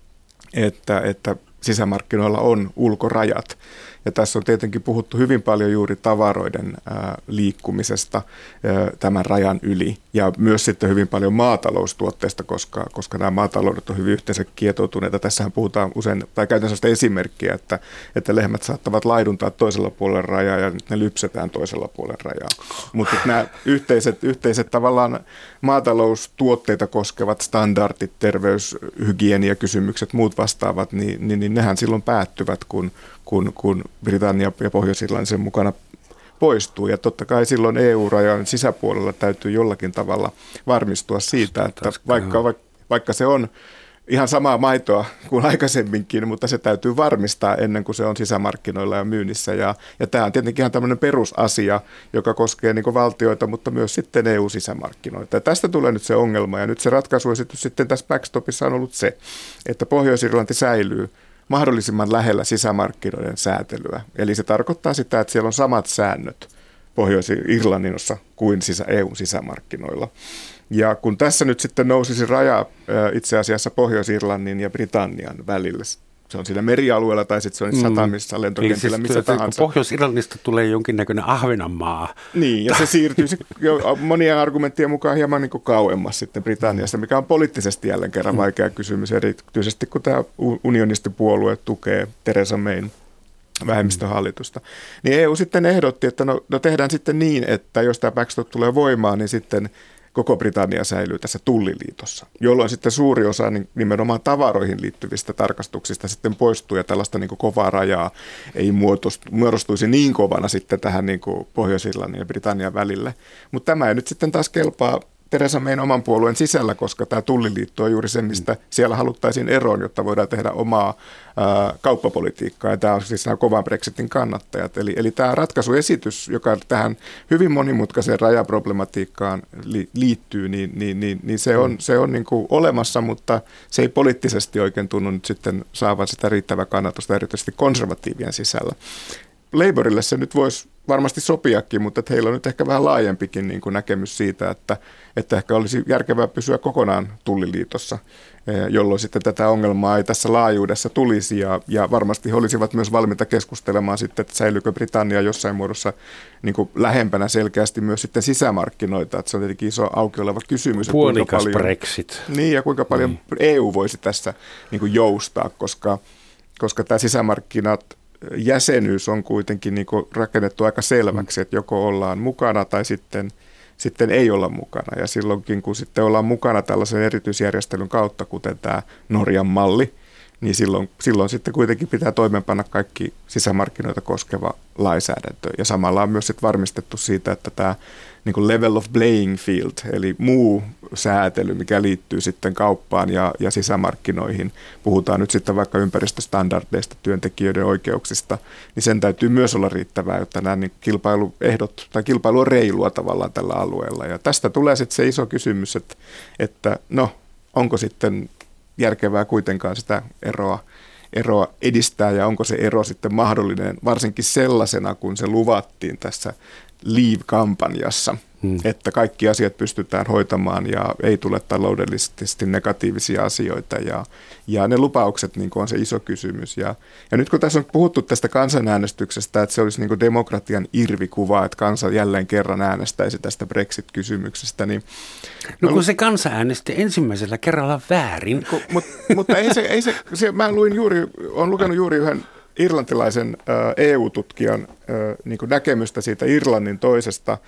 että, että sisämarkkinoilla on ulkorajat. Ja tässä on tietenkin puhuttu hyvin paljon juuri tavaroiden ää, liikkumisesta ää, tämän rajan yli ja myös sitten hyvin paljon maataloustuotteista, koska, koska nämä maataloudet on hyvin yhteensä kietoutuneita. Tässähän puhutaan usein, tai käytän sellaista esimerkkiä, että, että lehmät saattavat laiduntaa toisella puolella rajaa ja ne lypsetään toisella puolella rajaa. Mutta nämä yhteiset, yhteiset tavallaan maataloustuotteita koskevat standardit, terveys, hygieniakysymykset, muut vastaavat, niin, niin, niin nehän silloin päättyvät, kun kun, kun Britannia ja Pohjois-Irlanti sen mukana poistuu. Ja totta kai silloin E U-rajan sisäpuolella täytyy jollakin tavalla varmistua siitä, että vaikka, vaikka se on ihan samaa maitoa kuin aikaisemminkin, mutta se täytyy varmistaa ennen kuin se on sisämarkkinoilla ja myynnissä. Ja, ja tämä on tietenkin ihan tämmöinen perusasia, joka koskee niin kuin valtioita, mutta myös sitten E U-sisämarkkinoita. Ja tästä tulee nyt se ongelma, ja nyt se ratkaisuesitys sitten tässä backstopissa on ollut se, että Pohjois-Irlanti säilyy mahdollisimman lähellä sisämarkkinoiden säätelyä. Eli se tarkoittaa sitä, että siellä on samat säännöt Pohjois-Irlannissa kuin sisä, E U:n sisämarkkinoilla. Ja kun tässä nyt sitten nousisi raja itse asiassa Pohjois-Irlannin ja Britannian välillä, se on siinä merialueella tai sitten se on satamissa, lentokentillä, siis, missä tahansa. Pohjois-Irlannista tulee jonkinnäköinen Ahvenanmaa. Niin, ja se siirtyisi jo monien argumenttien mukaan hieman niin kuin kauemmas sitten Britanniasta, mikä on poliittisesti jälleen kerran vaikea kysymys, erityisesti kun tämä unionistipuolue tukee Theresa Mayn vähemmistöhallitusta. Niin E U sitten ehdotti, että no, no tehdään sitten niin, että jos tämä backstop tulee voimaan, niin sitten koko Britannia säilyy tässä tulliliitossa, jolloin sitten suuri osa niin nimenomaan tavaroihin liittyvistä tarkastuksista sitten poistuu ja tällaista niin kuin kovaa rajaa ei muodostuisi niin kovana sitten tähän niin kuin Pohjois-Irlannin ja Britannian välille. Mutta tämä ei nyt sitten taas kelpaa Theresa Mayn oman puolueen sisällä, koska tämä tulliliitto on juuri se, mistä siellä haluttaisiin eroon, jotta voidaan tehdä omaa ää, kauppapolitiikkaa. Ja tämä on siis nämä kovan Brexitin kannattajat. Eli, eli tämä ratkaisuesitys, joka tähän hyvin monimutkaiseen rajaproblematiikkaan li, liittyy, niin, niin, niin, niin se on, se on niin kuin olemassa, mutta se ei poliittisesti oikein tunnu nyt sitten saavan sitä riittävää kannatusta, erityisesti konservatiivien sisällä. Labourille se nyt voisi varmasti sopiakin, mutta heillä on nyt ehkä vähän laajempikin niin kuin näkemys siitä, että, että ehkä olisi järkevää pysyä kokonaan tulliliitossa, jolloin sitten tätä ongelmaa ei tässä laajuudessa tulisi ja, ja varmasti he olisivat myös valmiita keskustelemaan sitten, että säilyykö Britannia jossain muodossa niin kuin lähempänä selkeästi myös sitten sisämarkkinoita, että se on tietenkin iso auki oleva kysymys. Puolikas paljon, Brexit. Niin ja kuinka paljon niin. E U voisi tässä niin kuin joustaa, koska, koska tämä sisämarkkinat jäsenyys on kuitenkin niin kuin rakennettu aika selväksi, että joko ollaan mukana tai sitten, sitten ei olla mukana. Ja silloinkin, kun sitten ollaan mukana tällaisen erityisjärjestelyn kautta, kuten tämä Norjan malli, niin silloin, silloin sitten kuitenkin pitää toimeenpanna kaikki sisämarkkinoita koskeva lainsäädäntö. Ja samalla on myös sitten varmistettu siitä, että tämä niin kuin level of playing field, eli muu säätely, mikä liittyy sitten kauppaan ja, ja sisämarkkinoihin, puhutaan nyt sitten vaikka ympäristöstandardeista, työntekijöiden oikeuksista, niin sen täytyy myös olla riittävää, jotta nämä niin kilpailuehdot tai kilpailu on reilua tavallaan tällä alueella. Ja tästä tulee sitten se iso kysymys, että, että no, onko sitten järkevää kuitenkaan sitä eroa, eroa edistää ja onko se ero sitten mahdollinen varsinkin sellaisena, kun se luvattiin tässä Leave-kampanjassa, hmm. että kaikki asiat pystytään hoitamaan ja ei tule taloudellisesti negatiivisia asioita ja, ja ne lupaukset niin kuin on se iso kysymys. Ja, ja nyt kun tässä on puhuttu tästä kansanäänestyksestä, että se olisi niin kuin demokratian irvikuva, että kansa jälleen kerran äänestäisi tästä Brexit-kysymyksestä, niin no kun se kansa äänesti ensimmäisellä kerralla väärin. Kun, mutta, mutta ei se, ei se, se, mä luin juuri, olen lukenut juuri yhden irlantilaisen ä, E U-tutkijan ä, niin kuin näkemystä siitä Irlannin toisesta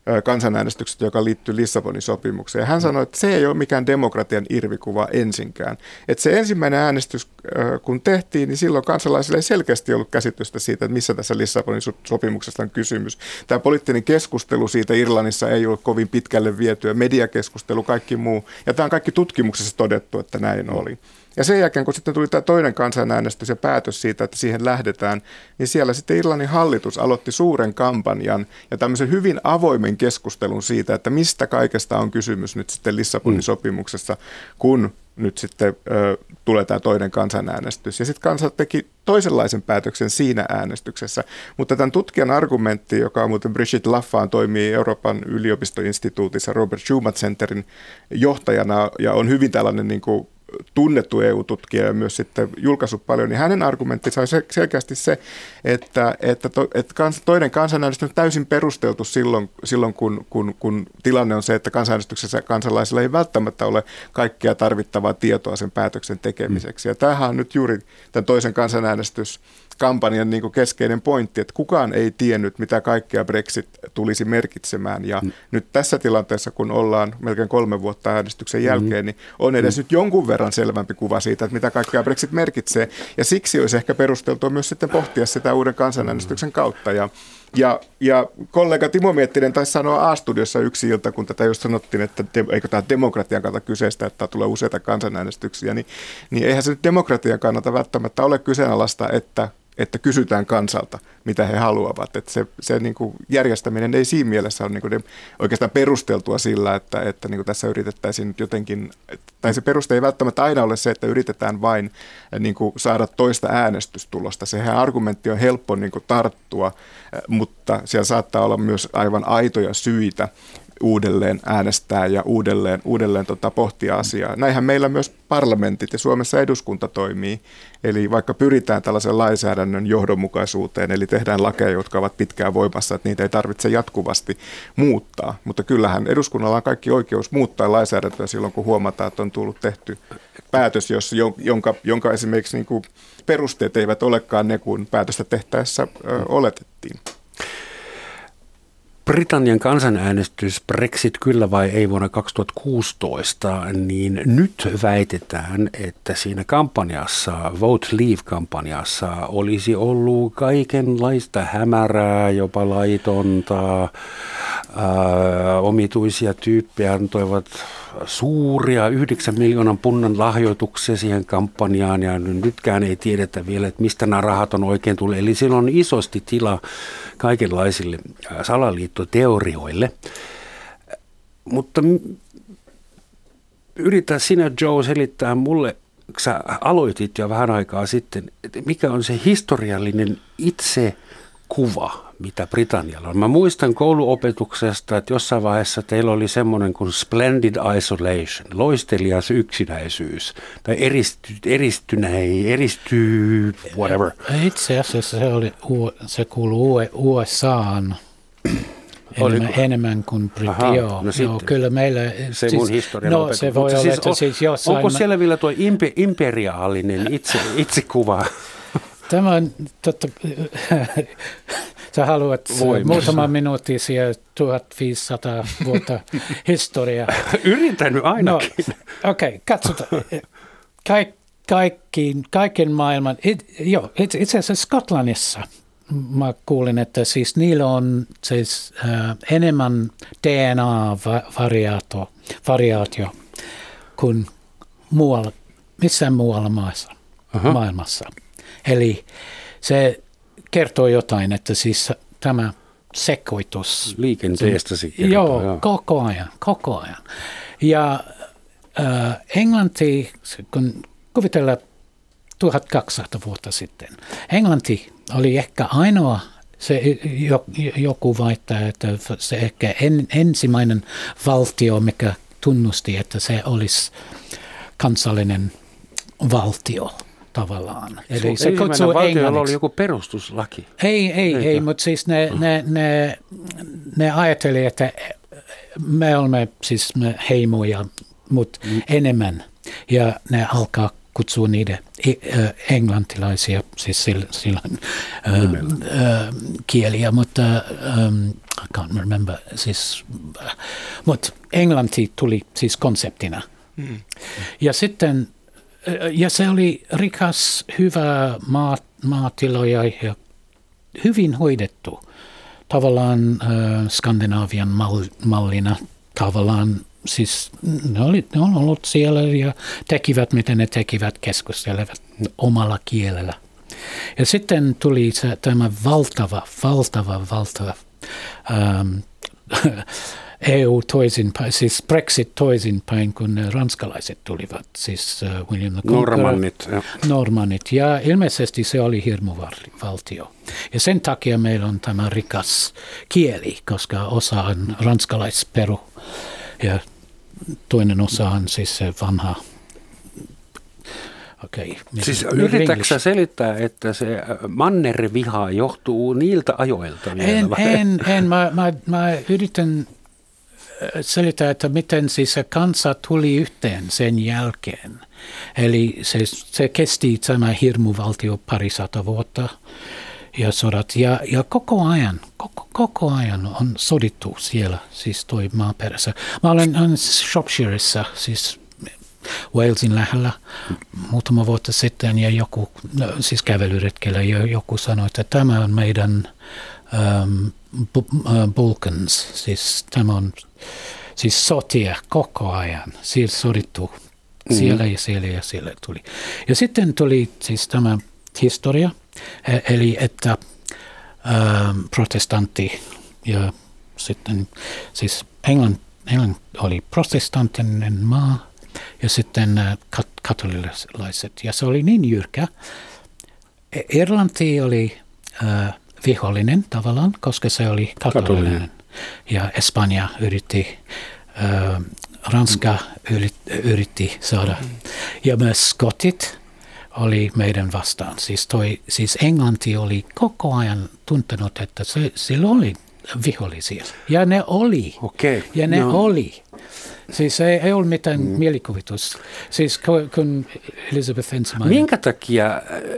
kansanäänestyksestä, joka liittyy Lissabonin sopimukseen. Ja hän sanoi, että se ei ole mikään demokratian irvikuva ensinkään. Että se ensimmäinen äänestys, kun tehtiin, niin silloin kansalaisilla ei selkeästi ollut käsitystä siitä, että missä tässä Lissabonin sopimuksesta on kysymys. Tämä poliittinen keskustelu siitä Irlannissa ei ole kovin pitkälle vietyä, mediakeskustelu, kaikki muu. Ja tämä on kaikki tutkimuksessa todettu, että näin oli. Ja sen jälkeen, kun sitten tuli tämä toinen kansanäänestys ja päätös siitä, että siihen lähdetään, niin siellä sitten Irlannin hallitus aloitti suuren kampanjan ja tämmöisen hyvin avoimen keskustelun siitä, että mistä kaikesta on kysymys nyt sitten Lissabonin mm. sopimuksessa, kun nyt sitten ö, tulee tämä toinen kansanäänestys. Ja sitten kansa teki toisenlaisen päätöksen siinä äänestyksessä. Mutta tämän tutkijan argumentti, joka on muuten Brigitte Laffaan, toimii Euroopan yliopistoinstituutissa Robert Schuman Centerin johtajana ja on hyvin tällainen niin kuin tunnettu E U-tutkija ja myös sitten julkaissut paljon, niin hänen argumenttinsa on selkeästi se, että, että, to, että kans, toinen kansanäänestys on täysin perusteltu silloin, silloin kun, kun, kun tilanne on se, että kansanäänestyksessä kansalaisilla ei välttämättä ole kaikkea tarvittavaa tietoa sen päätöksen tekemiseksi. Ja tämähän on nyt juuri tämän toisen kansanäänestys kampanjan niin kuin keskeinen pointti, että kukaan ei tiennyt, mitä kaikkea Brexit tulisi merkitsemään. Ja mm. nyt tässä tilanteessa, kun ollaan melkein kolme vuotta äänestyksen jälkeen, niin on edes mm. nyt jonkun verran selvämpi kuva siitä, että mitä kaikkea Brexit merkitsee. Ja siksi olisi ehkä perusteltua myös sitten pohtia sitä uuden kansanäänestyksen kautta. Ja Ja, ja kollega Timo Miettinen taisi sanoa A-studiossa yksi ilta, kun tätä just sanottiin, että de, eikö tämä demokratian kannalta kyseistä, että tulee useita kansanäänestyksiä, niin, niin eihän se nyt demokratian kannalta välttämättä ole kyseenalaista, että, että kysytään kansalta, mitä he haluavat. Että se se niin kuin järjestäminen ei siinä mielessä ole niin kuin oikeastaan perusteltua sillä, että, että niin kuin tässä yritettäisiin nyt jotenkin, tai se peruste ei välttämättä aina ole se, että yritetään vain niin kuin saada toista äänestystulosta. Sehän argumentti on helppo niin kuin tarttua, mutta siellä saattaa olla myös aivan aitoja syitä uudelleen äänestää ja uudelleen, uudelleen tota, pohtia asiaa. Näinhän meillä myös parlamentit ja Suomessa eduskunta toimii. Eli vaikka pyritään tällaisen lainsäädännön johdonmukaisuuteen, eli tehdään lakeja, jotka ovat pitkään voimassa, että niitä ei tarvitse jatkuvasti muuttaa. Mutta kyllähän eduskunnalla on kaikki oikeus muuttaa lainsäädäntöä silloin, kun huomataan, että on tullut tehty päätös, jos, jonka, jonka esimerkiksi niin kuin perusteet eivät olekaan ne, kun päätöstä tehtäessä ö, oletettiin. Britannian kansanäänestys Brexit kyllä vai ei vuonna kaksituhattakuusitoista, niin nyt väitetään, että siinä kampanjassa, Vote Leave-kampanjassa olisi ollut kaikenlaista hämärää, jopa laitonta, ää, omituisia tyyppejä antoivat suuria yhdeksän miljoonan punnan lahjoituksia siihen kampanjaan ja nytkään ei tiedetä vielä, että mistä nämä rahat on oikein tullut. Eli siellä on isosti tila kaikenlaisille salaliittoteorioille. Mutta yritä sinä, Joe, selittää mulle, sä aloitit jo vähän aikaa sitten, että mikä on se historiallinen itsekuva, mitä Britannialla on. Mä muistan kouluopetuksesta, että jossain vaiheessa teillä oli semmoinen kuin splendid isolation, loistelias yksinäisyys, tai eristy, eristynäi, eristyy, whatever. Itse asiassa se, oli, se kuuluu U S A:an enemmän, enemmän kuin Britannia. Joo, no joo, kyllä meillä... Se siis, mun historian no, opetus. se voi olla, siis, että siis jossain... Onko siellä vielä tuo impe, imperiaalinen itse, itsekuva? Tämä on totta... Sä haluat Voimassa. muutama minuutti siellä tuhatviisisataa vuotta historiaa. Yritän nyt ainakin. No, okei, okay, katsotaan. Kaik, kaikkiin, kaiken maailman... It, joo, it, itse asiassa Skotlannissa mä kuulin, että siis niillä on siis, äh, enemmän D N A-variaatio variaatio kuin muualla, missään muualla maassa, maailmassa. Eli se kertoo jotain, että siis tämä sekoitus... Liikenteestäsi kertoo. Joo, joo, koko ajan, koko ajan. Ja äh, Englanti, kun kuvitellaan tuhatkaksisataa vuotta sitten, Englanti oli ehkä ainoa, se joku väittää, että se ehkä en, ensimmäinen valtio, mikä tunnusti, että se olisi kansallinen valtio. Tavallaan. Eli se kutsuu valtiolla oli joku perustuslaki. Ei, ei, ei, mutta siis ne, ne, ne, ne ajatteli, että me olemme siis me heimoja, mutta mm. enemmän. Ja ne alkaa kutsua niitä englantilaisia, siis silloin äh, äh, kieliä, mutta äh, I can't remember, siis, mutta englanti tuli siis konseptina. Mm. Ja sitten, ja se oli rikas, hyvä maa, maatiloja ja hyvin hoidettu. Tavallaan äh, Skandinaavian mal, mallina tavallaan, siis ne, oli, ne on ollut siellä ja tekivät, miten ne tekivät, keskustelevat omalla kielellä. Ja sitten tuli se, tämä valtava, valtava, valtava ähm, E U toisinpäin, siis Brexit toisinpäin, kun ranskalaiset tulivat, siis uh, William the Conqueror. Normannit. Ja. Normannit, ja ilmeisesti se oli hirmuvaltio. Ja sen takia meillä on tämä rikas kieli, koska osa on ranskalaisperu ja toinen osa on siis se vanha. Okay, siis yritätkö sä selittää, että se mannerviha johtuu niiltä ajoilta vielä? En, en, en. Mä, mä, mä yritän selittää, että miten siis se kansa tuli yhteen sen jälkeen. Eli se, se kesti tämä hirmuvaltio parisata vuotta ja sodat. Ja, ja koko ajan, koko, koko ajan on sodittu siellä, siis toi maaperässä. Mä olen, olen Shropshireissa, siis Walesin lähellä muutama vuotta sitten ja joku, no, siis kävelyretkellä joku sanoi, että tämä on meidän um, Balkans, siis tämä on siis sotia koko ajan, siellä sodittu siellä ja siellä ja siellä tuli. Ja sitten tuli siis tämä historia, eli että um, protestantti ja sitten siis Englanti, Englanti oli protestanttinen maa, ja sitten kat- katolilaiset. Ja se oli niin jyrkä. Irlanti oli äh, vihollinen tavallaan, koska se oli katolinen. katolinen. Ja Espanja yritti, äh, Ranska yritti, yritti saada. Ja myös skotit oli meidän vastaan. Siis, toi, siis Englanti oli koko ajan tuntenut, että se, sillä oli vihollisia. Ja ne oli. Okay. Ja ne no. oli. Siis ei, ei ole mitään mm. mielikuvitus. Siis kun Elizabeth ensimmäinen... Minkä takia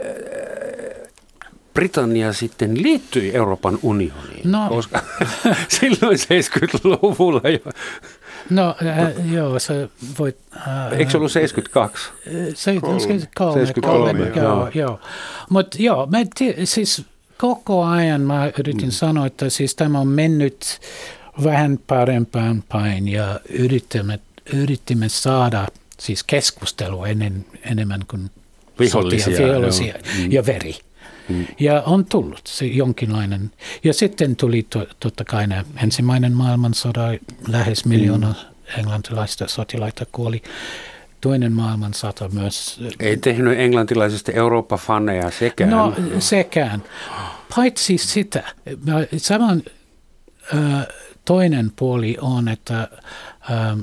Britannia sitten liittyi Euroopan unioniin? No. Koska silloin seitsemänkymmentäluvulla jo... No äh, joo, se voit... Äh, Eikö se ollut seitsemänkymmentäkaksi? seitsemänkymmentäkolme. seitsemänkymmentäkolme, joo. joo, joo. Mutta joo, mä t- siis koko ajan mä yritin mm. sanoa, että siis tämä on mennyt vähän parempaan päin ja yritimme, yritimme saada siis keskustelua ennen, enemmän kuin vihollisia, sotia, vihollisia ja veri. Mm. Ja on tullut se jonkinlainen. Ja sitten tuli to, totta kai nämä ensimmäinen maailmansota, lähes miljoona mm. englantilaista sotilaita kuoli. Toinen maailmansota myös. Ei tehnyt englantilaisista Eurooppa-faneja sekään. No sekään. Paitsi sitä. Saman äh, toinen puoli on, että äh,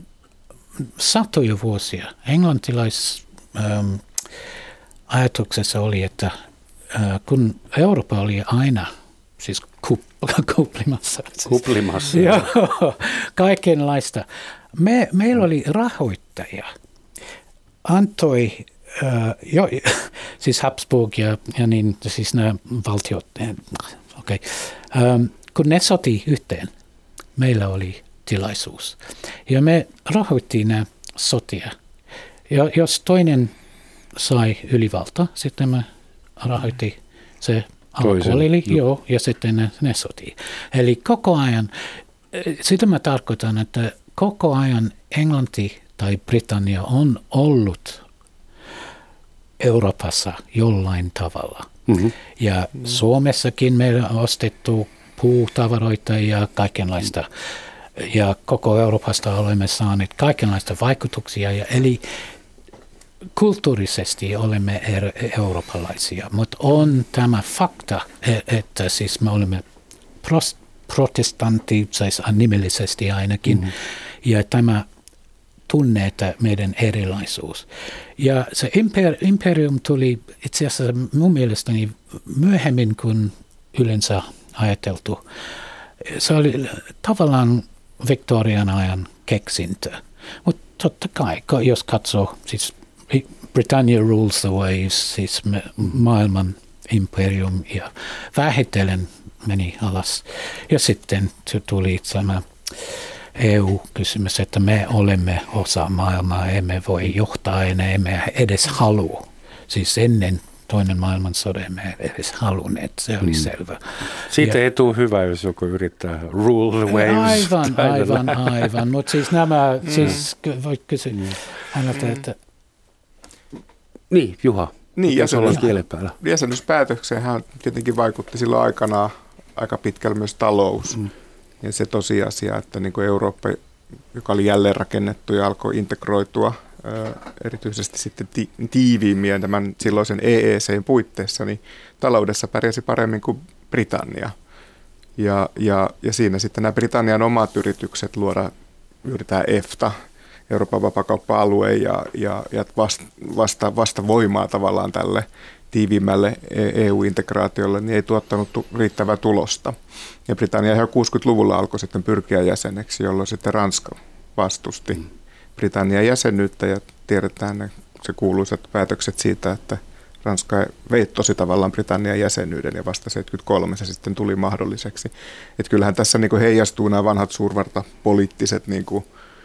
satoja vuosia englantilais äh, ajatuksessa oli, että äh, kun Eurooppa oli aina siis kup- kuplimassa. Kuplimassa. Joo, kaikenlaista. Me, meillä oli rahoittaja, antoi, äh, jo, siis Habsburg ja, ja niin, siis nämä valtiot, okei, okay. ähm, kun ne soti yhteen, meillä oli tilaisuus. Ja me rahoittiin nämä sotia. Ja jos toinen sai ylivalta, sitten me rahoitti se alkoholi, joo, ja sitten ne, ne sotii. Eli koko ajan, sitä mä tarkoitan, että koko ajan Englanti tai Britannia on ollut Euroopassa jollain tavalla. Mm-hmm. Ja mm-hmm. Suomessakin meillä on ostettu puutavaroita ja kaikenlaista. Ja koko Euroopasta olemme saaneet kaikenlaista vaikutuksia. Ja eli kulttuurisesti olemme er- eurooppalaisia, mutta on tämä fakta, että siis me olemme pros- protestantti, siis nimellisesti ainakin, mm-hmm. ja tämä tunne, että meidän erilaisuus. Ja se imper- imperium tuli itse asiassa mun mielestäni myöhemmin kuin yleensä ajateltu. Se oli tavallaan Victorian ajan keksintö. Mutta totta kai, jos katsoo, siis Britannia rules the waves, siis maailman imperium, ja vähitellen meni alas. Ja sitten tuli tämä E U-kysymys, että me olemme osa maailmaa, emme voi johtaa enää, emme edes halua. Siis ennen toinen maailmansodan emme edes halunneet, se oli mm. selvä. Siitä ja, ei tule hyvä, jos joku yrittää rule the waves. Aivan, aivan, aivan. Mutta siis nämä, mm. siis voit kysyä mm. häneltä, että... Niin, Juha. Niin, jäsenyys, kielenpäällä. Jäsenyyspäätökseen hän tietenkin vaikutti silloin aikanaan aika pitkälle myös talous. Mm. Ja se tosiasia, että niin kuin Eurooppa, joka oli jälleen rakennettu ja alkoi integroitua erityisesti sitten ti- tiiviimmin tämän silloisen E E C:n puitteissa, niin taloudessa pärjäsi paremmin kuin Britannia. Ja, ja, ja siinä sitten nämä Britannian omat yritykset luoda juuri tämä EFTA, Euroopan vapaakauppa-alue ja, ja, ja vasta, vasta, vasta voimaa tavallaan tälle tiiviimmälle E U-integraatiolle, niin ei tuottanut riittävää tulosta. Ja Britannia ihan kuusikymmentäluvulla alkoi sitten pyrkiä jäseneksi, jolloin sitten Ranska vastusti mm. Britannian jäsenyyttä ja tiedetään ne se kuuluisat päätökset siitä, että Ranska veittosi tavallaan Britannian jäsenyyden ja vasta seitsemänkymmentäkolme se sitten tuli mahdolliseksi. Että kyllähän tässä niin kuin heijastuu nämä vanhat suurvaltapoliittiset niin kuin,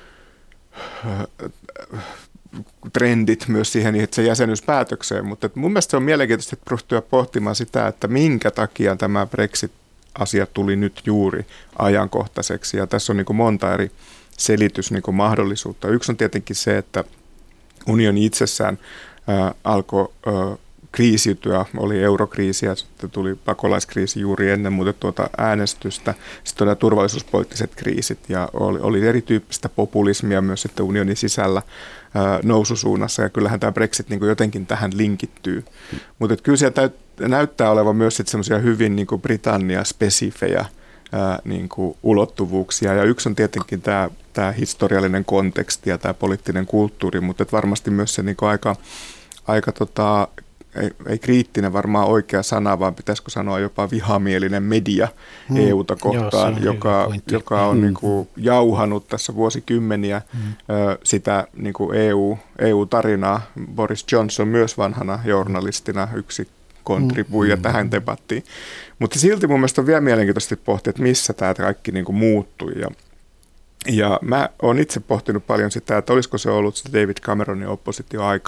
äh, trendit myös siihen itse jäsenyyspäätökseen, mutta mun mielestä se on mielenkiintoista ryhtyä pohtimaan sitä, että minkä takia tämä Brexit-asia tuli nyt juuri ajankohtaiseksi ja tässä on niin kuin monta eri selitysmahdollisuutta. Yksi on tietenkin se, että unioni itsessään ää, alkoi ää, kriisiytyä, oli eurokriisi ja sitten tuli pakolaiskriisi juuri ennen muuta tuota äänestystä. Sitten oli turvallisuuspoliittiset kriisit ja oli, oli erityyppistä populismia myös sitten unionin sisällä ää, noususuunnassa ja kyllähän tämä Brexit niin kuin jotenkin tähän linkittyy. Hmm. Mutta kyllä siellä täyt, näyttää olevan myös semmoisia hyvin niin kuin Britannia-spesifejä ää, niin kuin ulottuvuuksia ja yksi on tietenkin tämä tämä historiallinen konteksti ja tämä poliittinen kulttuuri, mutta varmasti myös se niin kuin aika, aika tota, ei, ei kriittinen varmaan oikea sana, vaan pitäisikö sanoa jopa vihamielinen media hmm. E U:ta kohtaan, Joo, joka, joka on hmm. niin kuin jauhanut tässä vuosikymmeniä hmm. ö, sitä niin kuin E U, E U-tarinaa. Boris Johnson myös vanhana journalistina yksi kontribuija hmm. tähän debattiin. Mutta silti mun mielestä on vielä mielenkiintoisesti pohtia, että missä tämä kaikki niin kuin muuttui ja Ja mä oon itse pohtinut paljon sitä, että olisiko se ollut se David Cameronin oppositioaika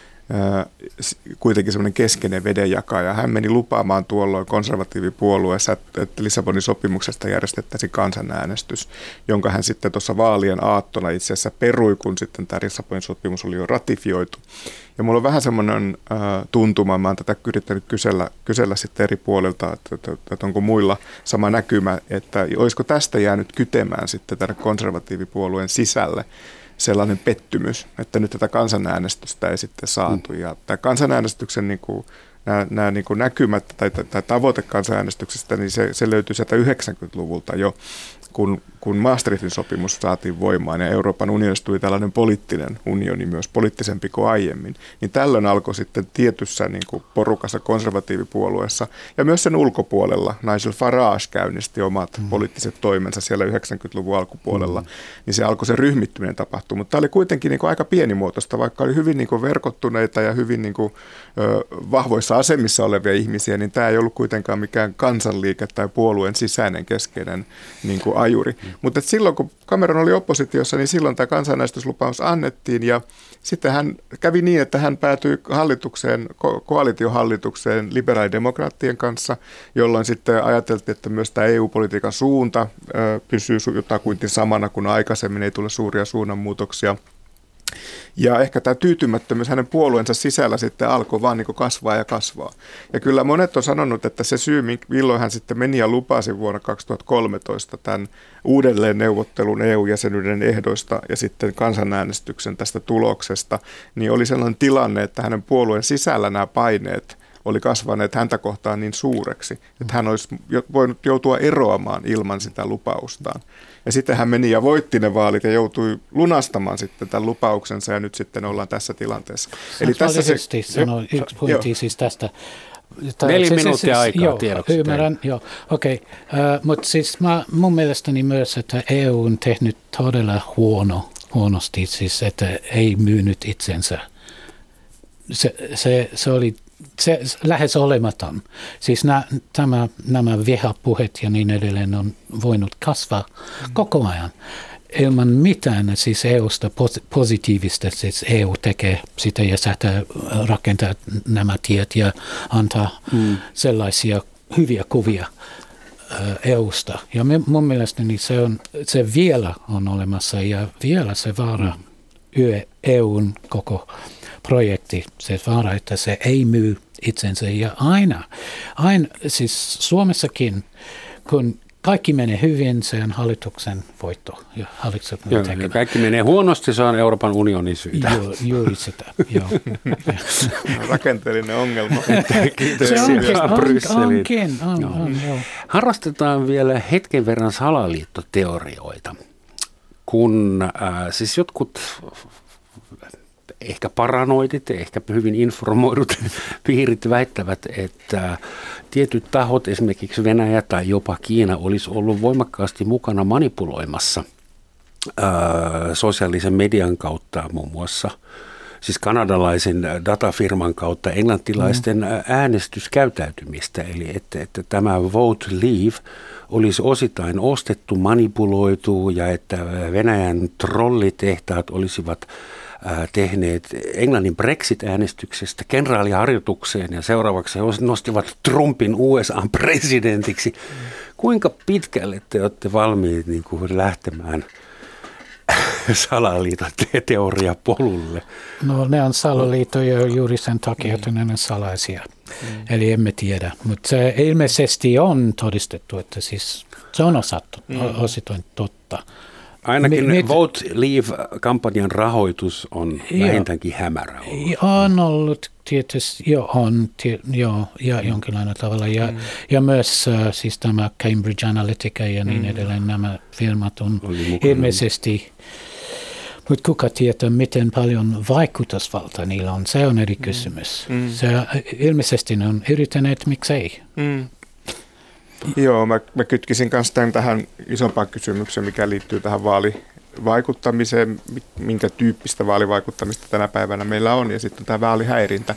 kuitenkin semmoinen keskeinen vedenjakaja. Hän meni lupaamaan tuolloin konservatiivipuolueessa, että Lissabonin sopimuksesta järjestettäisiin kansanäänestys, jonka hän sitten tuossa vaalien aattona itse asiassa perui, kun sitten tämä Lissabonin sopimus oli jo ratifioitu. Ja mulla on vähän semmoinen äh, tuntuma, mä oon tätä yrittänyt kysellä, kysellä sitten eri puolilta, että, että, että onko muilla sama näkymä, että olisiko tästä jäänyt kytemään sitten tämän konservatiivipuolueen sisälle sellainen pettymys, että nyt tätä kansanäänestystä ei sitten saatu. Ja tämä kansanäänestyksen niin kuin, nämä, nämä niin kuin näkymät tai, tai tavoite kansanäänestyksestä, niin se, se löytyy sieltä yhdeksänkymmentäluvulta jo, kun, kun Maastrichtin sopimus saatiin voimaan ja Euroopan unionista tuli tällainen poliittinen unioni, myös poliittisempi kuin aiemmin, niin tällöin alkoi sitten tietyssä niin kuin porukassa konservatiivipuolueessa ja myös sen ulkopuolella Nigel Farage käynnisti omat mm. poliittiset toimensa siellä yhdeksänkymmentäluvun alkupuolella, mm. niin se alkoi se ryhmittyminen tapahtua, mutta tämä oli kuitenkin niin kuin aika pienimuotoista, vaikka oli hyvin niin kuin verkottuneita ja hyvin niin kuin, ö, vahvoissa asemissa olevia ihmisiä, niin tämä ei ollut kuitenkaan mikään kansanliike tai puolueen sisäinen keskeinen niin kuin ajuri. Mm. Mutta silloin, kun Cameron oli oppositiossa, niin silloin tämä kansanäänestyslupaus annettiin ja sitten hän kävi niin, että hän päätyi hallitukseen, ko- koalitiohallitukseen liberaalidemokraattien kanssa, jolloin sitten ajateltiin, että myös tämä E U-politiikan suunta ö, pysyy jotakuinkin samana kuin aikaisemmin, ei tule suuria suunnanmuutoksia. Ja ehkä tämä tyytymättömyys hänen puolueensa sisällä sitten alkoi vaan niin kuin kasvaa ja kasvaa. Ja kyllä monet on sanonut, että se syy, milloin hän sitten meni ja lupasi vuonna kaksituhattakolmetoista tämän uudelleen neuvottelun E U-jäsenyyden ehdoista ja sitten kansanäänestyksen tästä tuloksesta, niin oli sellainen tilanne, että hänen puolueen sisällä nämä paineet oli kasvaneet häntä kohtaan niin suureksi, että hän olisi voinut joutua eroamaan ilman sitä lupaustaan. Ja sitten hän meni ja voitti ne vaalit ja joutui lunastamaan sitten tämän lupauksensa ja nyt sitten ollaan tässä tilanteessa. Eli tässä se sanoi yksi pointti siis tästä. Neljä minuuttia aikaa tiedoksi. Ymmärrän, joo, okei. Okay. Uh, mutta siis mä, mun mielestäni myös, että E U on tehnyt todella huono, huonosti, siis että ei myynyt itsensä. Se, se, se oli se lähes olematon. Siis nä, tämä, nämä vihapuheet ja niin edelleen on voinut kasvaa mm. koko ajan. Ilman mitään, siis E Usta positiivista, siis E U tekee sitä ja sätä rakentaa nämä tiet ja antaa mm. sellaisia hyviä kuvia E Usta. Ja mun mielestäni se, on, se vielä on olemassa ja vielä se vaara mm. E U:n koko projekti, se vaara, että se ei myy itsensä. Ja aina, aina siis Suomessakin, kun kaikki menee hyvin, se on hallituksen voitto. Ja hallituksen joo, ja kaikki menee huonosti, se on Euroopan unionin syytä. Joo, juuri sitä, joo. Rakenteellinen ongelma. Kiitoksia se onkin, on, onkin, on, on, joo. Harrastetaan vielä hetken verran salaliittoteorioita, kun äh, siis jotkut ehkä paranoidit, ehkä hyvin informoidut piirit väittävät, että tietyt tahot, esimerkiksi Venäjä tai jopa Kiina, olisi ollut voimakkaasti mukana manipuloimassa ää, sosiaalisen median kautta muun muassa, siis kanadalaisen datafirman kautta englantilaisten mm. äänestyskäyttäytymistä. Eli että, että tämä Vote Leave olisi osittain ostettu, manipuloitu ja että Venäjän trollitehtaat olisivat tehneet Englannin Brexit-äänestyksestä kenraaliharjoitukseen ja seuraavaksi he nostivat Trumpin U S A-presidentiksi. Kuinka pitkälle te olette valmiit niin kuin lähtemään salaliittoteoriapolulle? No ne on salaliittoja juuri sen takia, että ne on salaisia. Mm. Eli emme tiedä, mutta se ilmeisesti on todistettu, että siis se on osattu, mm. osittain totta. Ainakin Me, Vote Leave-kampanjan rahoitus on jo, vähintäänkin hämärä ollut. On ollut tietysti, jo on, tie, jo, ja mm. jonkinlainen tavalla. Ja, mm. ja myös äh, siis tämä Cambridge Analytica ja niin mm. edelleen, nämä firmat on ilmeisesti, mutta kuka tietää, miten paljon vaikutusvalta niillä on, se on eri kysymys. Mm. Se, ilmeisesti ne on yrittäneet, miksei. Mm. Joo, mä, mä kytkisin kanssa tämän tähän isompaan kysymykseen, mikä liittyy tähän vaalivaikuttamiseen, minkä tyyppistä vaalivaikuttamista tänä päivänä meillä on, ja sitten tämä vaalihäirintä,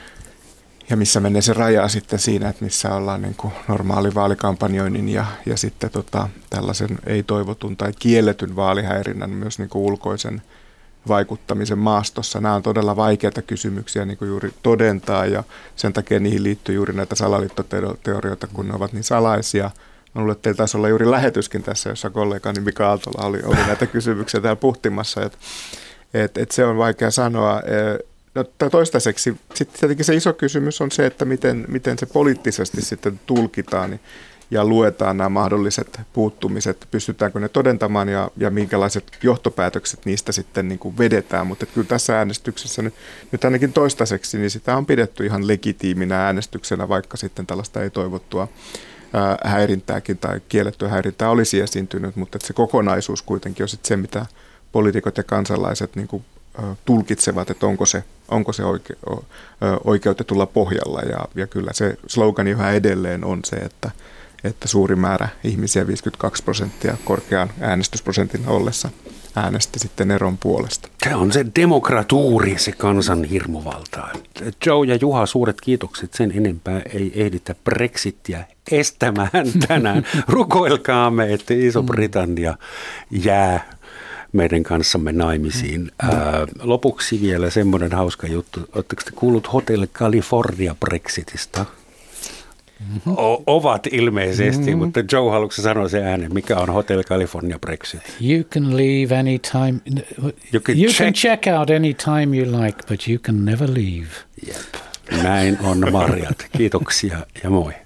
ja missä menee se raja sitten siinä, että missä ollaan niin kuin normaali vaalikampanjoinnin ja, ja sitten tota, tällaisen ei-toivotun tai kielletyn vaalihäirinnän myös niin kuin ulkoisen vaikuttamisen maastossa. Nämä on todella vaikeita kysymyksiä niin kuin juuri todentaa ja sen takia niihin liittyy juuri näitä salaliittoteorioita, kun ne ovat niin salaisia. Mä luulen, että teillä taisi olla juuri lähetyskin tässä, jossa kollegani Mika Aaltola oli, oli näitä kysymyksiä täällä puhtimassa. Et, et, et se on vaikea sanoa. No, toistaiseksi sitten tietenkin se iso kysymys on se, että miten, miten se poliittisesti sitten tulkitaan ja luetaan nämä mahdolliset puuttumiset, pystytäänkö ne todentamaan ja, ja minkälaiset johtopäätökset niistä sitten niin kuin vedetään. Mutta kyllä tässä äänestyksessä nyt, nyt ainakin toistaiseksi, niin sitä on pidetty ihan legitiiminä äänestyksenä, vaikka sitten tällaista ei-toivottua ää, häirintääkin tai kiellettyä häirintää olisi esiintynyt, mutta se kokonaisuus kuitenkin on sitten se, mitä poliitikot ja kansalaiset niin kuin, ä, tulkitsevat, että onko se, onko se oike, o, ä, oikeutetulla pohjalla. Ja, ja kyllä se slogani yhä edelleen on se, että että suuri määrä ihmisiä, viisikymmentäkaksi prosenttia korkean äänestysprosentin ollessa, äänesti sitten eron puolesta. Se on se demokratuuri, se kansan hirmuvalta. Joe ja Juha, suuret kiitokset. Sen enempää ei ehditä Brexitia estämään tänään. Rukoilkaamme, että Iso-Britannia jää meidän kanssamme naimisiin. Ää, lopuksi vielä semmoinen hauska juttu. Oletteko te kuullut Hotel California Brexitistä? Mm-hmm. O- ovat ilmeisesti, mm-hmm. mutta Joe, haluatko sanoa sen äänen, mikä on Hotel California Brexit? You can leave anytime. You can, you check. can check out any time you like, but you can never leave. Jep. Näin on, Marjat. Kiitoksia ja moi.